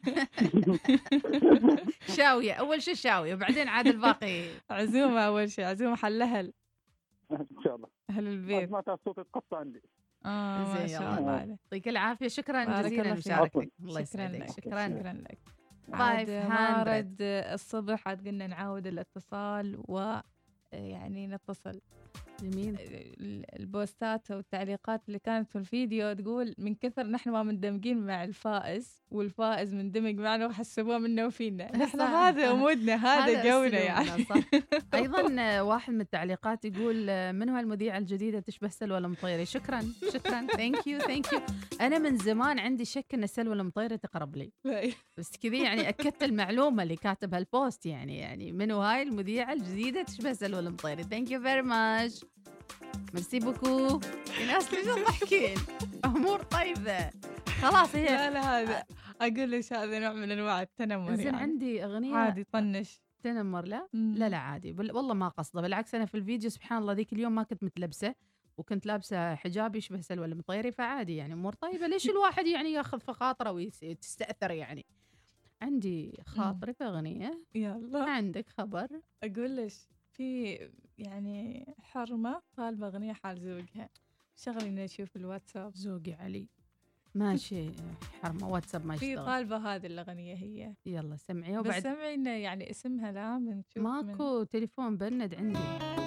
Speaker 1: شاوية، أول شيء شاوية بعدين عاد الباقي.
Speaker 4: عزومة اول شيء، عزومة حل اهل
Speaker 6: ان شاء الله.
Speaker 4: اهل البيت.
Speaker 6: ما تعرف صوت يتقطع عندي.
Speaker 4: ما
Speaker 1: زين،
Speaker 4: شاء
Speaker 1: يلا.
Speaker 4: الله عليك.
Speaker 1: يعطيك العافية، شكرا
Speaker 4: بارك
Speaker 1: جزيلا
Speaker 4: الله فيك.
Speaker 1: لمشاركتك. الله
Speaker 4: شكرا
Speaker 1: يسعدك.
Speaker 4: لك.
Speaker 1: شكرا.
Speaker 4: شكرا لك.
Speaker 1: 500.
Speaker 4: عاد ما رد الصبح عاد قلنا نعاود الاتصال ويعني نتصل.
Speaker 1: جميل.
Speaker 4: البوستات والتعليقات اللي كانت في الفيديو تقول من كثر نحن ما مندمجين مع الفائز والفائز مندمج معنا وحسبوه منا وفينا. نحن
Speaker 1: صح.
Speaker 4: هذا مودنا، هذا جونا يعني.
Speaker 1: صح. أيضا واحد من التعليقات يقول من هو المذيعة الجديدة تشبه سلوى المطيري؟ شكرا شكرا. ثانك يو ثانك يو. أنا من زمان عندي شك أن سلوى المطيري تقرب لي، بس كذي يعني أكدت المعلومة اللي كاتبها البوست، يعني منو هاي المذيعة الجديدة تشبه سلوى المطيري. ثانك يو فيري ماتش. ميرسي بوكو. الناس ليش ضحكين؟ أمور طيبة خلاص. هي
Speaker 4: لا هذا أقول لك هذا نوع من أنواع التنمر.
Speaker 1: زين
Speaker 4: يعني
Speaker 1: عندي أغنية
Speaker 4: عادي طنش
Speaker 1: تنمر. لا عادي والله ما قصده، بالعكس أنا في الفيديو سبحان الله ذيك اليوم ما كنت متلبسة وكنت لابسة حجاب يشبه سلوى المطيري، فعادي يعني أمور طيبة. ليش الواحد يعني ياخذ في خاطره ويستأثر؟ يعني عندي خاطري في أغنية.
Speaker 4: يلا
Speaker 1: عندك خبر؟
Speaker 4: أقول لك في يعني حرمة طالبة أغنية حال زوجها، شغلي نشوف الواتساب.
Speaker 1: زوجي علي ماشي. حرمة واتساب ما
Speaker 4: في
Speaker 1: يشتغل.
Speaker 4: طالبة هذه الأغنية هي.
Speaker 1: يلا سمعيها
Speaker 4: بس
Speaker 1: وبعد.
Speaker 4: سمعي إنه يعني اسمها لا بنشوف.
Speaker 1: ماكو تليفون بند عندي.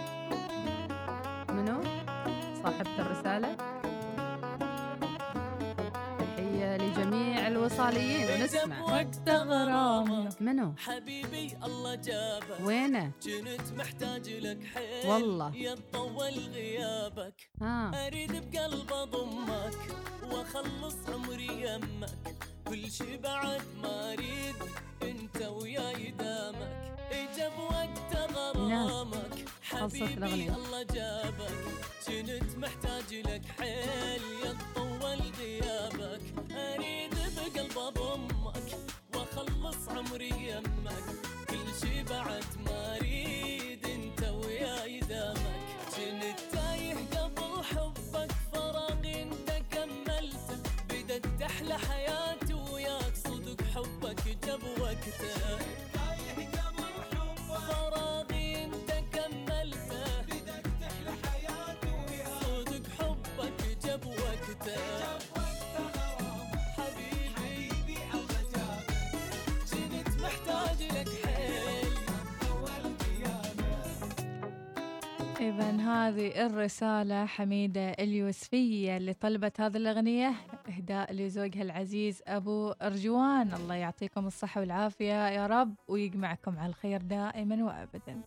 Speaker 1: منو صاحبة الرسالة؟ تحية لجميع الوصاليين ونسمع.
Speaker 3: وقت غرامة
Speaker 1: منو
Speaker 3: حبيبي الله جابك،
Speaker 1: وينه؟
Speaker 3: كنت محتاج لك حيل
Speaker 1: والله.
Speaker 3: يطول غيابك،
Speaker 1: ها
Speaker 3: أريد بقلب أضمك وأخلص عمري يمك، كل شي بعد ما أريد أنت وياي دامك، إجا بوقت غرامك حبيبي
Speaker 1: الأغنية.
Speaker 3: الله جابك، كنت محتاج لك حيل يطول غيابك، أريد بقلب أضمك وأخلص عمري يمك، كل شي بعد ما أريد أنت وياي دامك، كنت تايه قبل حبك فراغي أنت كملته، بدت تحلى حياتي وياك صدق حبك جاب وقته، فراغي أنت كملته، بدت تحلى حياتي وياك صدق حبك جاب وقته، حبيبي الله جابك، كنت محتاج لك حيل أول غيابك.
Speaker 4: إذا هذه الرسالة حميدة اليوسفية اللي طلبت هذه الأغنية إهداء لزوجها العزيز أبو أرجوان. الله يعطيكم الصحة والعافية يا رب ويجمعكم على الخير دائما وأبدا.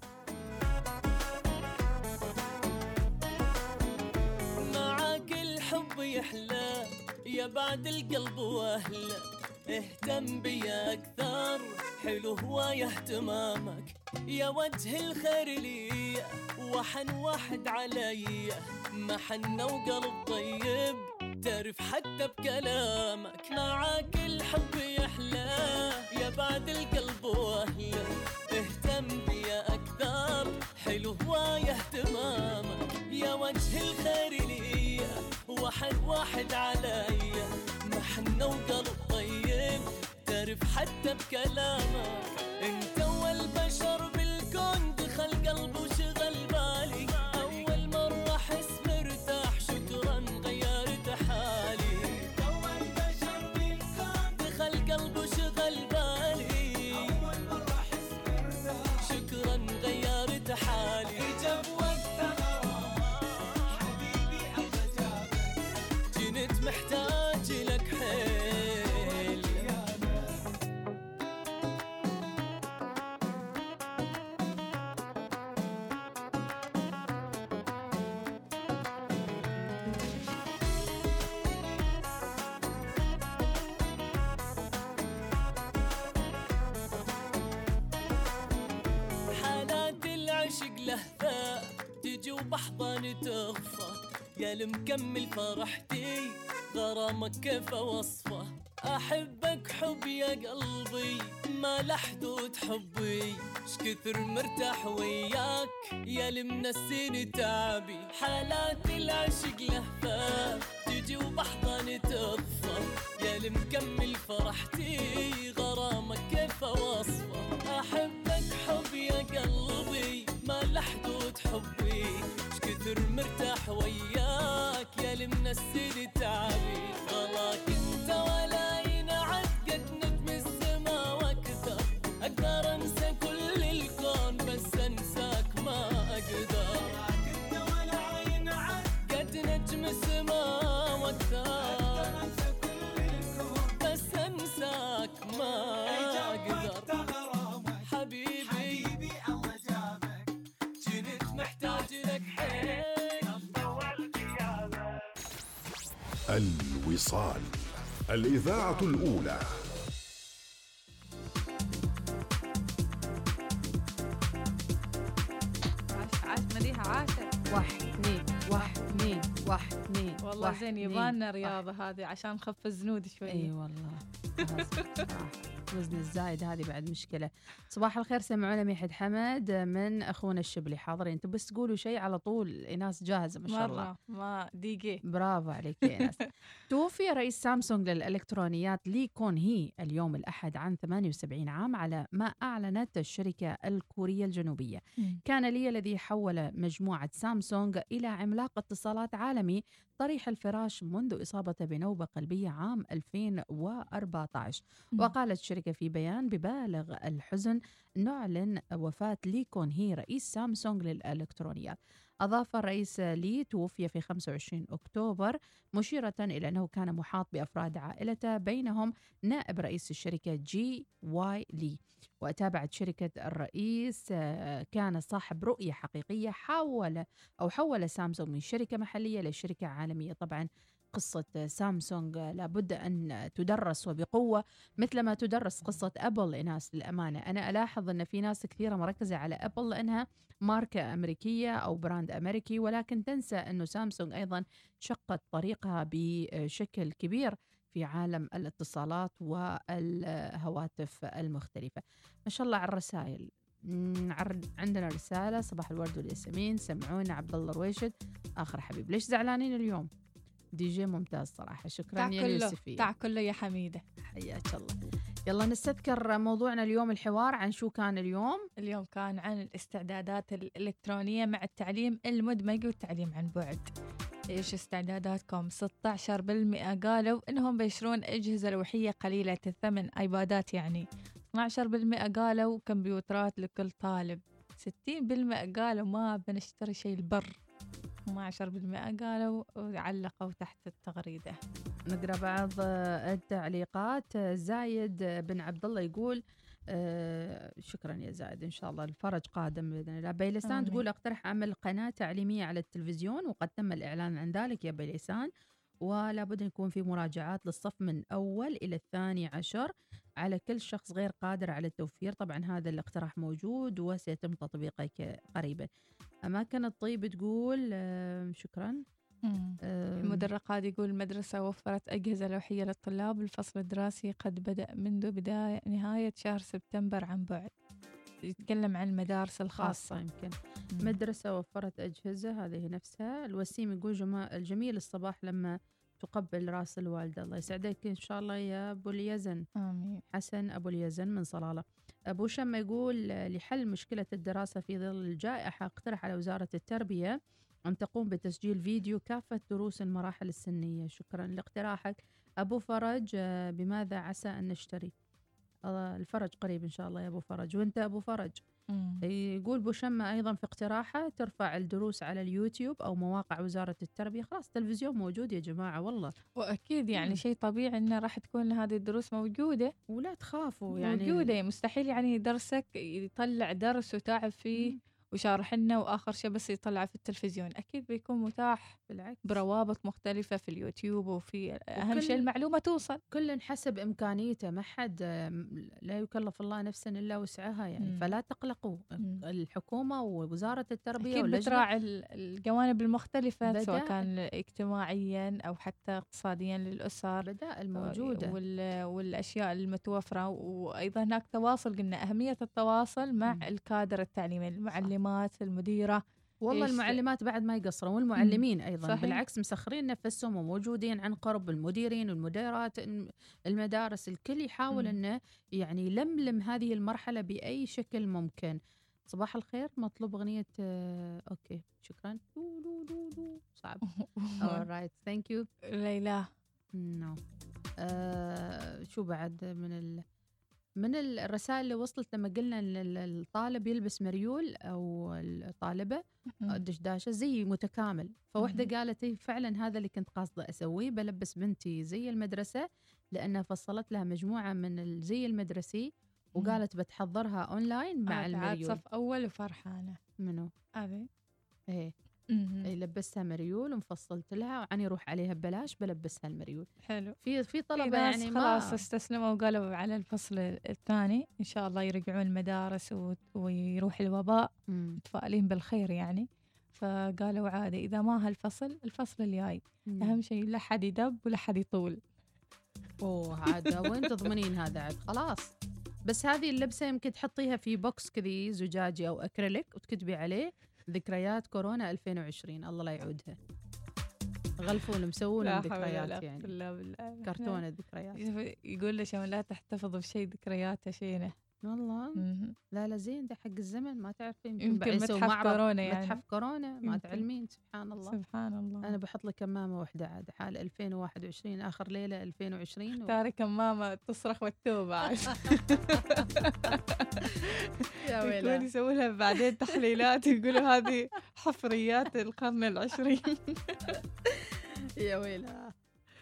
Speaker 3: معاك الحب يحلى يا بعد القلب واهله، اهتم بيا اكثر حلو هوايه اهتمامك، يا وجه الخير لي وحن واحد علي، محنة وقلب طيب
Speaker 5: تعرف حتى بكلامك معاك الحب يحلى، يا بعد القلب واهله اهتم بيا أكثر، حلو هواية اهتمامك يا وجه الخير ليا، واحد واحد عليا محنة وقلب طيب، تعرف حتى بكلامك انت اول بشر بالكون دخل قلب وشغل بالي، اول مرة احس مرتاح شكرا غيرت حالي، اول بشر بالكون دخل قلب وشغل بالي، اول مرة احس مرتاح شكرا غيرت حالي، جاب وقت غرام حبيبي ابى جابك، كنت محتاج لك حيل. حالات العشق لهفة تجي وبحضن تخفى، يا المكمل فرحتي غرامك كيف وصفه، أحبك حب يا قلبي ما له حدود حبي، اش كثر مرتاح وياك يا المنسين تعبي، حالات العشق لهفة تجي وبحضن تخفى، يا المكمل فرحتي غرامك كيف وصفه، أحبك حب يا قلبي ما له حدود حبي، اش كثر مرتاح وياك يا المنسين تعبي، غلاك انت ولا ينعد قد نجم السما واكثر، اقدر انسى كل الكون بس انساك ما اقدر، غلاك انت ولا ينعد قد نجم السما واكثر، اقدر انسى كل الكون بس انساك ما اقدر، حبيبي الله جابك كنت محتاج لك حيل.
Speaker 7: الوصال، الإذاعة الأولى.
Speaker 4: عاش مديحة عاشت.
Speaker 1: 1 2 1 2 1 2
Speaker 4: والله زين يباننا رياضة هذه عشان نخف الزنود شوي.
Speaker 1: اي والله وزن الزايد هذه بعد مشكلة. صباح الخير، سمعونا ميحد حمد من أخونا الشبلي حاضرين. انتم بس تقولوا شيء على طول إيناس جاهزة ما شاء الله.
Speaker 4: مرة ما ديجي.
Speaker 1: برافو عليك يا إيناس. توفي رئيس سامسونج للإلكترونيات لي كون هي اليوم الأحد عن 78 عام على ما أعلنت الشركة الكورية الجنوبية. كان لي الذي حول مجموعة سامسونج إلى عملاق اتصالات عالمي طريح الفراش منذ إصابته بنوبة قلبية عام 2014. وقالت الشركة في بيان: ببالغ الحزن نعلن وفاة لي كون هي رئيس سامسونج للإلكترونيات. أضاف الرئيس لي: توفي في 25 أكتوبر، مشيرة إلى أنه كان محاط بأفراد عائلته بينهم نائب رئيس الشركة جي واي لي. وتابعت شركة الرئيس كان صاحب رؤية حقيقية حول سامسونج من شركة محلية لشركة عالمية. طبعا قصة سامسونج لابد أن تدرس وبقوة مثل ما تدرس قصة أبل. إناس للأمانة أنا ألاحظ أن في ناس كثيرة مركزة على أبل لأنها ماركة أمريكية أو براند أمريكي، ولكن تنسى أنه سامسونج أيضا شقت طريقها بشكل كبير في عالم الاتصالات والهواتف المختلفة. ما شاء الله على الرسائل. عندنا رسالة: صباح الورد والياسمين، سمعونا عبد الله رويشد آخر حبيب. ليش زعلانين اليوم؟ دي جي ممتاز صراحة. شكرا يا يوسفية.
Speaker 4: تاع كله يا حميدة.
Speaker 1: حياك الله. يلا نستذكر موضوعنا اليوم. الحوار عن شو كان اليوم؟
Speaker 4: اليوم كان عن الاستعدادات الإلكترونية مع التعليم المدمج والتعليم عن بعد. إيش استعداداتكم؟ 16% قالوا إنهم بيشترون أجهزة لوحية قليلة الثمن، أيبادات يعني. 12% قالوا كمبيوترات لكل طالب. 60% قالوا ما بنشتري شيء البر. 12% قالوا علقوا تحت التغريدة.
Speaker 1: نقرأ بعض التعليقات. زايد بن عبد الله يقول شكرا يا زايد، إن شاء الله الفرج قادم بإذن الله. بيلسان تقول: أقترح عمل قناة تعليمية على التلفزيون وقد تم الإعلان عن ذلك يا بيلسان، ولا بد يكون في مراجعات للصف من أول إلى 12 على كل شخص غير قادر على التوفير. طبعا هذا الاقتراح موجود وسيتم تطبيقه قريبا. أماكن الطيب تقول شكرا.
Speaker 4: حمود الرقاد يقول المدرسة وفرت أجهزة لوحية للطلاب. الفصل الدراسي قد بدأ منذ نهاية شهر سبتمبر عن بعد. يتكلم عن المدارس الخاصة.
Speaker 1: يمكن مدرسة وفرت أجهزة، هذه نفسها. الوسيم يقول الجميل الصباح لما تقبل راس الوالدة. الله يسعدك إن شاء الله يا أبو اليزن.
Speaker 4: آمين.
Speaker 1: حسن أبو اليزن من صلالة. أبو شمة يقول لحل مشكلة الدراسة في ظل الجائحة اقترح على وزارة التربية أن تقوم بتسجيل فيديو كافة دروس المراحل السنية. شكرا لاقتراحك أبو فرج. بماذا عسى أن نشتري؟ الفرج قريب إن شاء الله يا أبو فرج. وأنت أبو فرج. يقول بوشمة أيضا في اقتراحه ترفع الدروس على اليوتيوب أو مواقع وزارة التربية. خلاص التلفزيون موجود يا جماعة والله.
Speaker 4: وأكيد يعني شيء طبيعي إنه راح تكون هذه الدروس موجودة،
Speaker 1: ولا تخافوا يعني
Speaker 4: موجودة. مستحيل يعني درسك يطلع درس وتعب فيه وشارح لنا وآخر شيء بس يطلع في التلفزيون. أكيد بيكون متاح
Speaker 1: بالعكس
Speaker 4: بروابط مختلفة في اليوتيوب، وفي أهم شيء المعلومة توصل.
Speaker 1: كل حسب إمكانيته، ما حد لا يكلف الله نفسا إلا وسعها يعني. فلا تقلقوا. الحكومة ووزارة التربية
Speaker 4: أكيد بتراعي الجوانب المختلفة سواء كان اجتماعيا أو حتى اقتصاديا للأسر،
Speaker 1: بدائل موجودة
Speaker 4: والأشياء المتوفرة. وأيضا هناك تواصل، قلنا أهمية التواصل مع الكادر التعليمي، المعلمات، المديرة.
Speaker 1: والله المعلمات بعد ما يقصرون، والمعلمين أيضا
Speaker 4: صحيح.
Speaker 1: بالعكس مسخرين نفسهم وموجودين عن قرب. المديرين والمديرات المدارس الكل يحاول أنه يعني يلملم هذه المرحلة بأي شكل ممكن. صباح الخير، مطلوب أغنية أوكي شكرا. صعب. alright thank you
Speaker 4: ليلى.
Speaker 1: no. شو بعد من الرسائل اللي وصلت لما قلنا الطالب يلبس مريول أو الطالبة دشداشة زي متكامل. فوحدة قالت فعلا هذا اللي كنت قاصدة أسويه، بلبس بنتي زي المدرسة لأنها فصلت لها مجموعة من الزي المدرسي وقالت بتحضرها أونلاين مع المريول.
Speaker 4: صف أول وفرحانة.
Speaker 1: منو؟
Speaker 4: أبي
Speaker 1: إيه لبستها مريول ومفصلت لها وعني يروح عليها ببلاش بلبسها المريول.
Speaker 4: حلو.
Speaker 1: في طلبة يعني
Speaker 4: خلاص استسلموا وقالوا على الفصل الثاني إن شاء الله يرجعون المدارس ويروح الوباء، متفائلين بالخير يعني. فقالوا عادي إذا ما هالفصل الفصل الجاي. أهم شيء لا حد يدب ولا حد يطول.
Speaker 1: عاد وين تضمنين هذا عاد خلاص. بس هذه اللبسة يمكن تحطيها في بوكس كذي زجاجي أو أكريليك وتكتبي عليه ذكريات كورونا 2020 الله لا يعودها. غلفون مسوون ذكريات يعني كرتونة ذكريات.
Speaker 4: يقول لي شو لا تحتفظ بشيء ذكرياته شينه
Speaker 1: والله. لا زين ده حق الزمن ما تعرفين.
Speaker 4: يمكن متحف كورونا يعني.
Speaker 1: متحف كورونا ما تعلمين. سبحان الله
Speaker 4: سبحان الله.
Speaker 1: أنا بحط لك كمامة واحدة عاد حال 2021 آخر ليلة 2020
Speaker 4: اختاري كمامة تصرخ والتوبة عاد.
Speaker 1: يا ويلي
Speaker 4: يكون يسوون لها بعدين تحليلات يقولوا هذه حفريات القرن العشرين.
Speaker 1: يا ويلي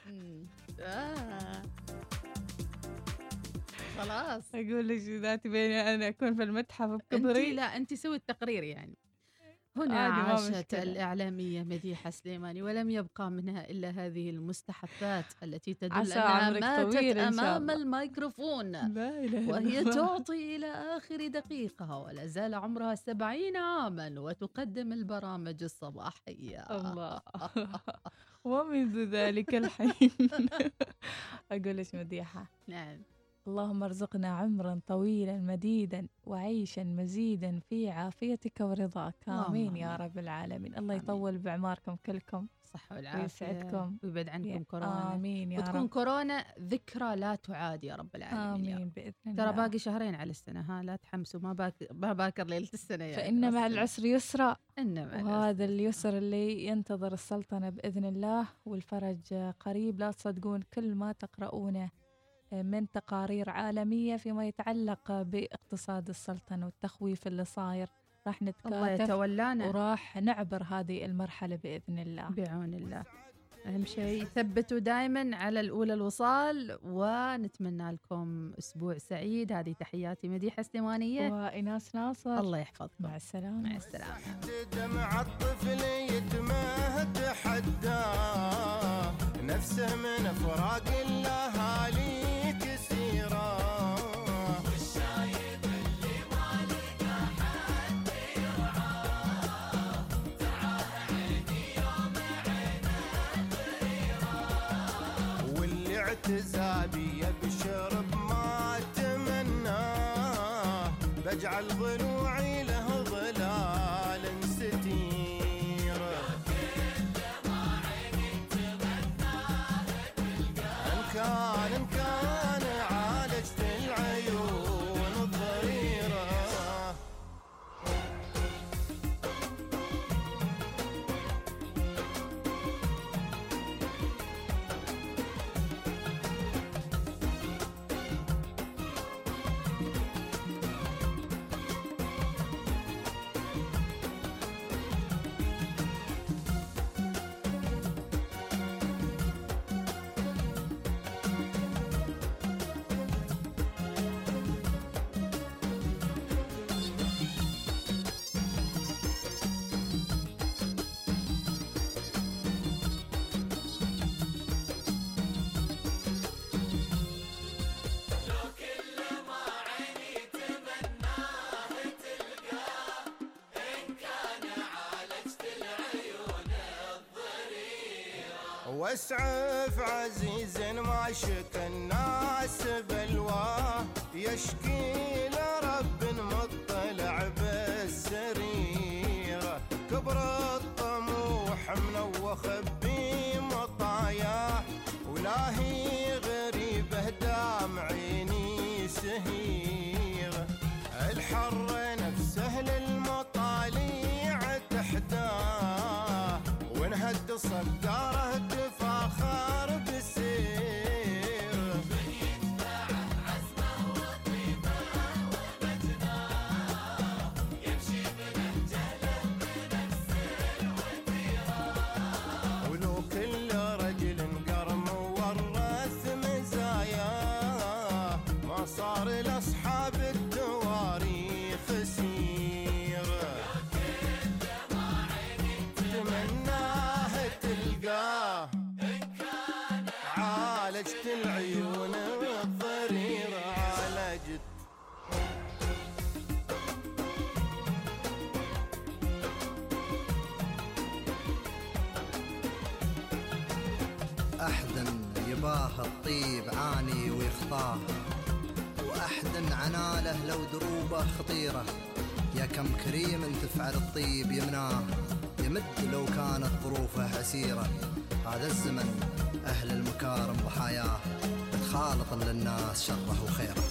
Speaker 1: خلاص.
Speaker 4: أقول لك إذا تبيني أنا أكون في المتحف بكبري.
Speaker 1: لا أنت سوي التقرير يعني. هنا عاشت الإعلامية مديحة سليماني ولم يبقى منها إلا هذه المستحثات التي تدل أنها ماتت أمام الميكروفون وهي تعطي إلى آخر دقيقة ولا زال عمرها 70 عاما وتقدم البرامج الصباحية.
Speaker 4: الله. ومنذ ذلك الحين أقول لك مديحة.
Speaker 1: نعم.
Speaker 4: اللهم ارزقنا عمرا طويلا مديدا وعيشا مزيدا في عافيتك ورضاك. آمين يا رب العالمين. الله يطول بعماركم كلكم،
Speaker 1: صحة والعافية
Speaker 4: ويسعدكم
Speaker 1: ويبعد عنكم كورونا.
Speaker 4: آمين يا رب.
Speaker 1: وتكون كورونا ذكرى لا تعاد يا رب العالمين.
Speaker 4: آمين بإذن الله.
Speaker 1: ترى باقي شهرين على السنة لا تحمسوا. ما باكر ليلة السنة يعني.
Speaker 4: فإن مع العسر يسرا.
Speaker 1: وهذا
Speaker 4: اليسر اللي ينتظر السلطنة بإذن الله والفرج قريب. لا تصدقون كل ما تقرؤونه من تقارير عالمية فيما يتعلق باقتصاد السلطنة والتخويف اللي صاير. راح نتكاتف
Speaker 1: الله يتولانا
Speaker 4: وراح نعبر هذه المرحلة بإذن الله
Speaker 1: بعون الله. أهم شيء ثبتوا دائما على الأولى الوصال ونتمنى لكم أسبوع سعيد. هذه تحياتي مديحة سليمانية
Speaker 4: وإناس ناصر.
Speaker 1: الله يحفظكم.
Speaker 4: مع السلامة.
Speaker 1: مع السلامة.
Speaker 8: دمع الطفل يتمه تحدى نفسه من فراق الأهالي كسيرة. والشايب اللي ما لقى حد يرعاه تعاه عيني يوم عينه باعتزابي بشرب ما تمناه، بجعل ضلوعي له ظلال ستير. إن كان عالجت العيون الضريرة. واسعف عزيز ما شك الناس بلواه، يشكي لرب مطلع بالسريرة. كبر الطموح منوخ بمطاياه، ولاهي غريبه دام عيني سهيرة. الحر نفسه للمطاليع تحداه، ونهد صداره تفاخر بالسير. من يتبع عزمه وطيبه ومجناه، يمشي بنهجه له بنفس الوتيره. ولو كل رجل قرم ورث مزاياه، ما صار لاصحاب التواريخ سير. تمناه تلقاه إن كان عالجت العيون الضريرة. عالجت
Speaker 9: أحدا يباه الطيب عاني ويخطاه، وأحدا عناله لو دروبه خطيرة. يا كم كريم تفعل الطيب يمناه، يمد لو كانت ظروفه عسيرة. هذا الزمن أهل المكارم ضحاياه، بتخالط للناس شره وخيره.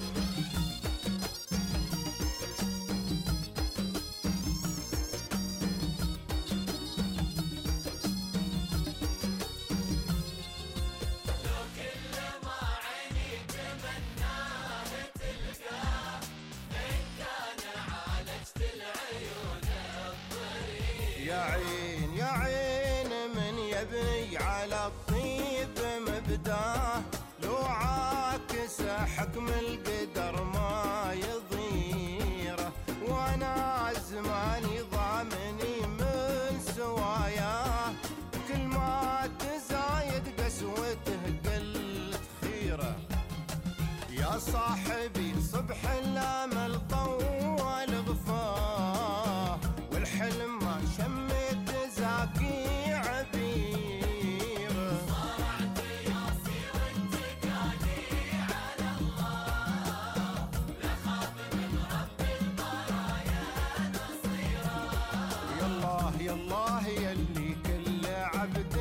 Speaker 9: يا عين من يبني على الطيب مبداه، لو عاكس حكم القدر ما يضيره. وانا زماني ضامني من سواياه، كل ما تزايد قسوته قلت خيره. يا صاحبي صبح الامل طول غفاه، والحلم ما شميت زاكي عبير. صارعت ياسي واتكالي على الله، لا خاف من رب البرايا نصيرا. يالله يالله يلي كل عبد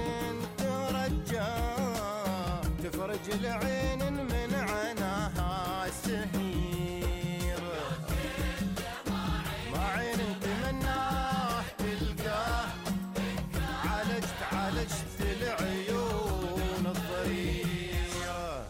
Speaker 9: ترجاه، تفرج العين من عناها سهير. ما عين تمناه تلقاه، عالجت العيون الضريرة.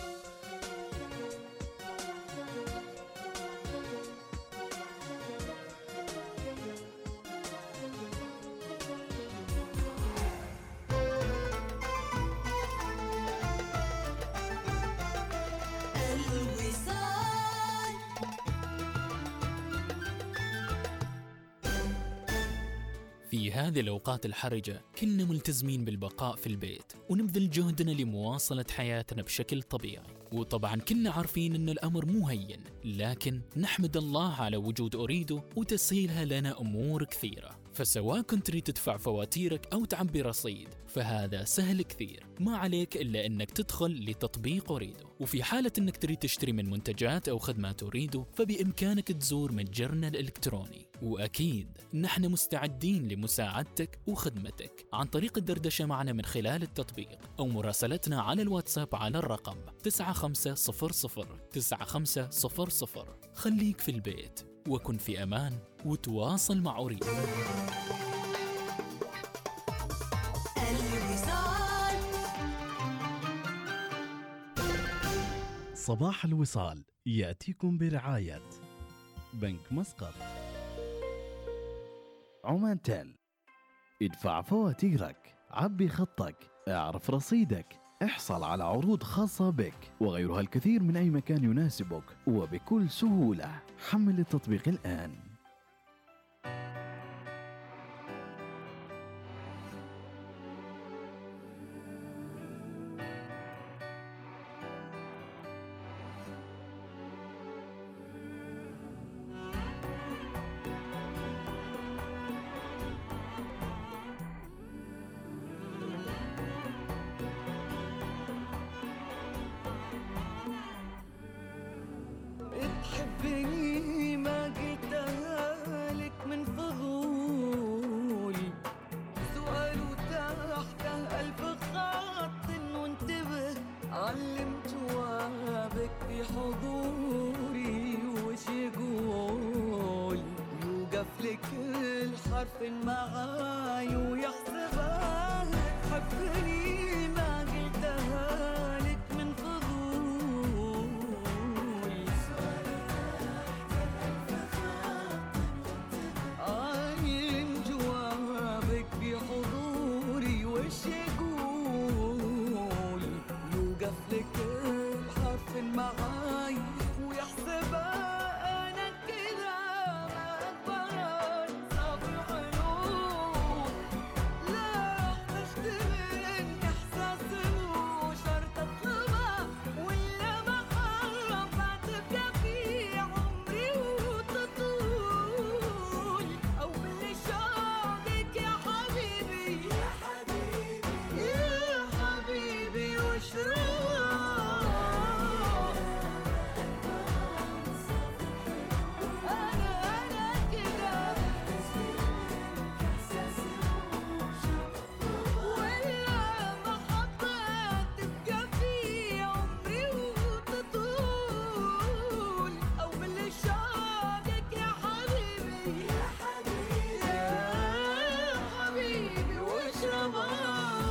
Speaker 10: في هذه الأوقات الحرجة كنا ملتزمين بالبقاء في البيت ونبذل جهدنا لمواصلة حياتنا بشكل طبيعي، وطبعا كنا عارفين أن الأمر مو هين، لكن نحمد الله على وجود أريده وتسهيلها لنا أمور كثيرة. فسواء كنت تريد تدفع فواتيرك أو تعبي رصيد فهذا سهل كثير، ما عليك إلا أنك تدخل لتطبيق أوريدو. وفي حالة أنك تريد تشتري من منتجات أو خدمات أوريدو فبإمكانك تزور متجرنا الإلكتروني، وأكيد نحن مستعدين لمساعدتك وخدمتك عن طريق الدردشة معنا من خلال التطبيق أو مراسلتنا على الواتساب على الرقم 9500 9500. خليك في البيت وكن في أمان وتواصل مع أوريدو.
Speaker 2: صباح الوصال يأتيكم برعاية بنك مسقط، عمان تيل. ادفع فواتيرك، عبي خطك، اعرف رصيدك، احصل على عروض خاصة بك وغيرها الكثير من أي مكان يناسبك وبكل سهولة. حمل التطبيق الآن.
Speaker 3: تحبني ما قلتها لك من فضول، سؤال وتحته ألف خط وانتبه، علم جوابك في حضوري وش يقول، يوقف لك الحرف معاي ويحسبها. تحبني ما قلتها لك من فضول، علم جوابك في حضوري وش يقول، يوقف لك الحرف معاي ويحسبها. أنا كذا ما أقدر صافي حلول، لا تشتمل إحساس وشرط أطلبها، ولا محرم تبقى في عمري وتطول، أو باللي شوقك يا حبيبي يا حبيبي يا حبيبي وشروق. أنا كذا ولا محطة تبقى في عمري وتطول، أو باللي شوقك يا حبيبي يا حبيبي يا حبيبي واشربها.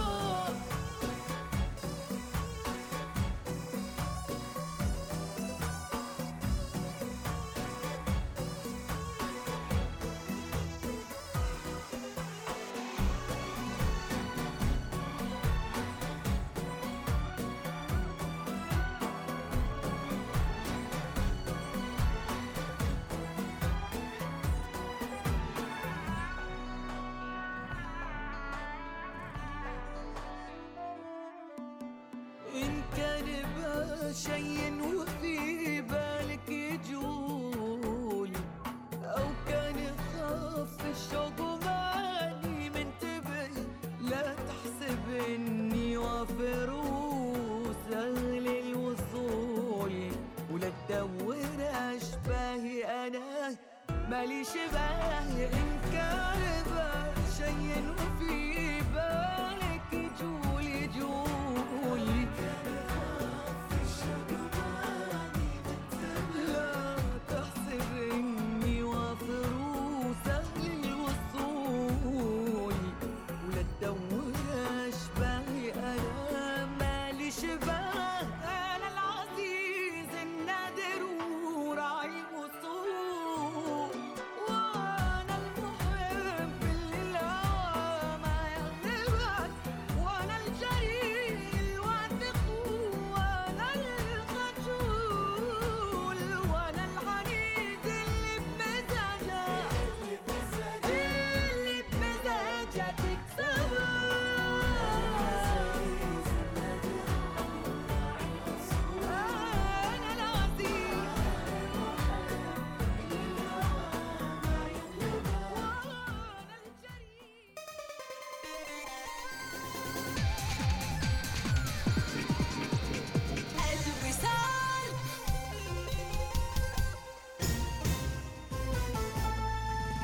Speaker 3: إن كان بشي وفي بالك يجول، أو كان يخاف الشوق وماني منتبه، لا تحسب إني وافر وسهل الوصول، ولا تدور أشباهي أنا مالي شباه. إن كان بشي وفي بالك يجول لا تحسب إني وافر وسهل الوصول، ولا تدور أشباهي أنا مالي شباه. أنا العزيز النادر وراعي الوصول، وأنا المحب اللي الهوى ما يغلبك، وأنا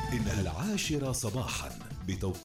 Speaker 11: إنها 10 صباحا بتوقيت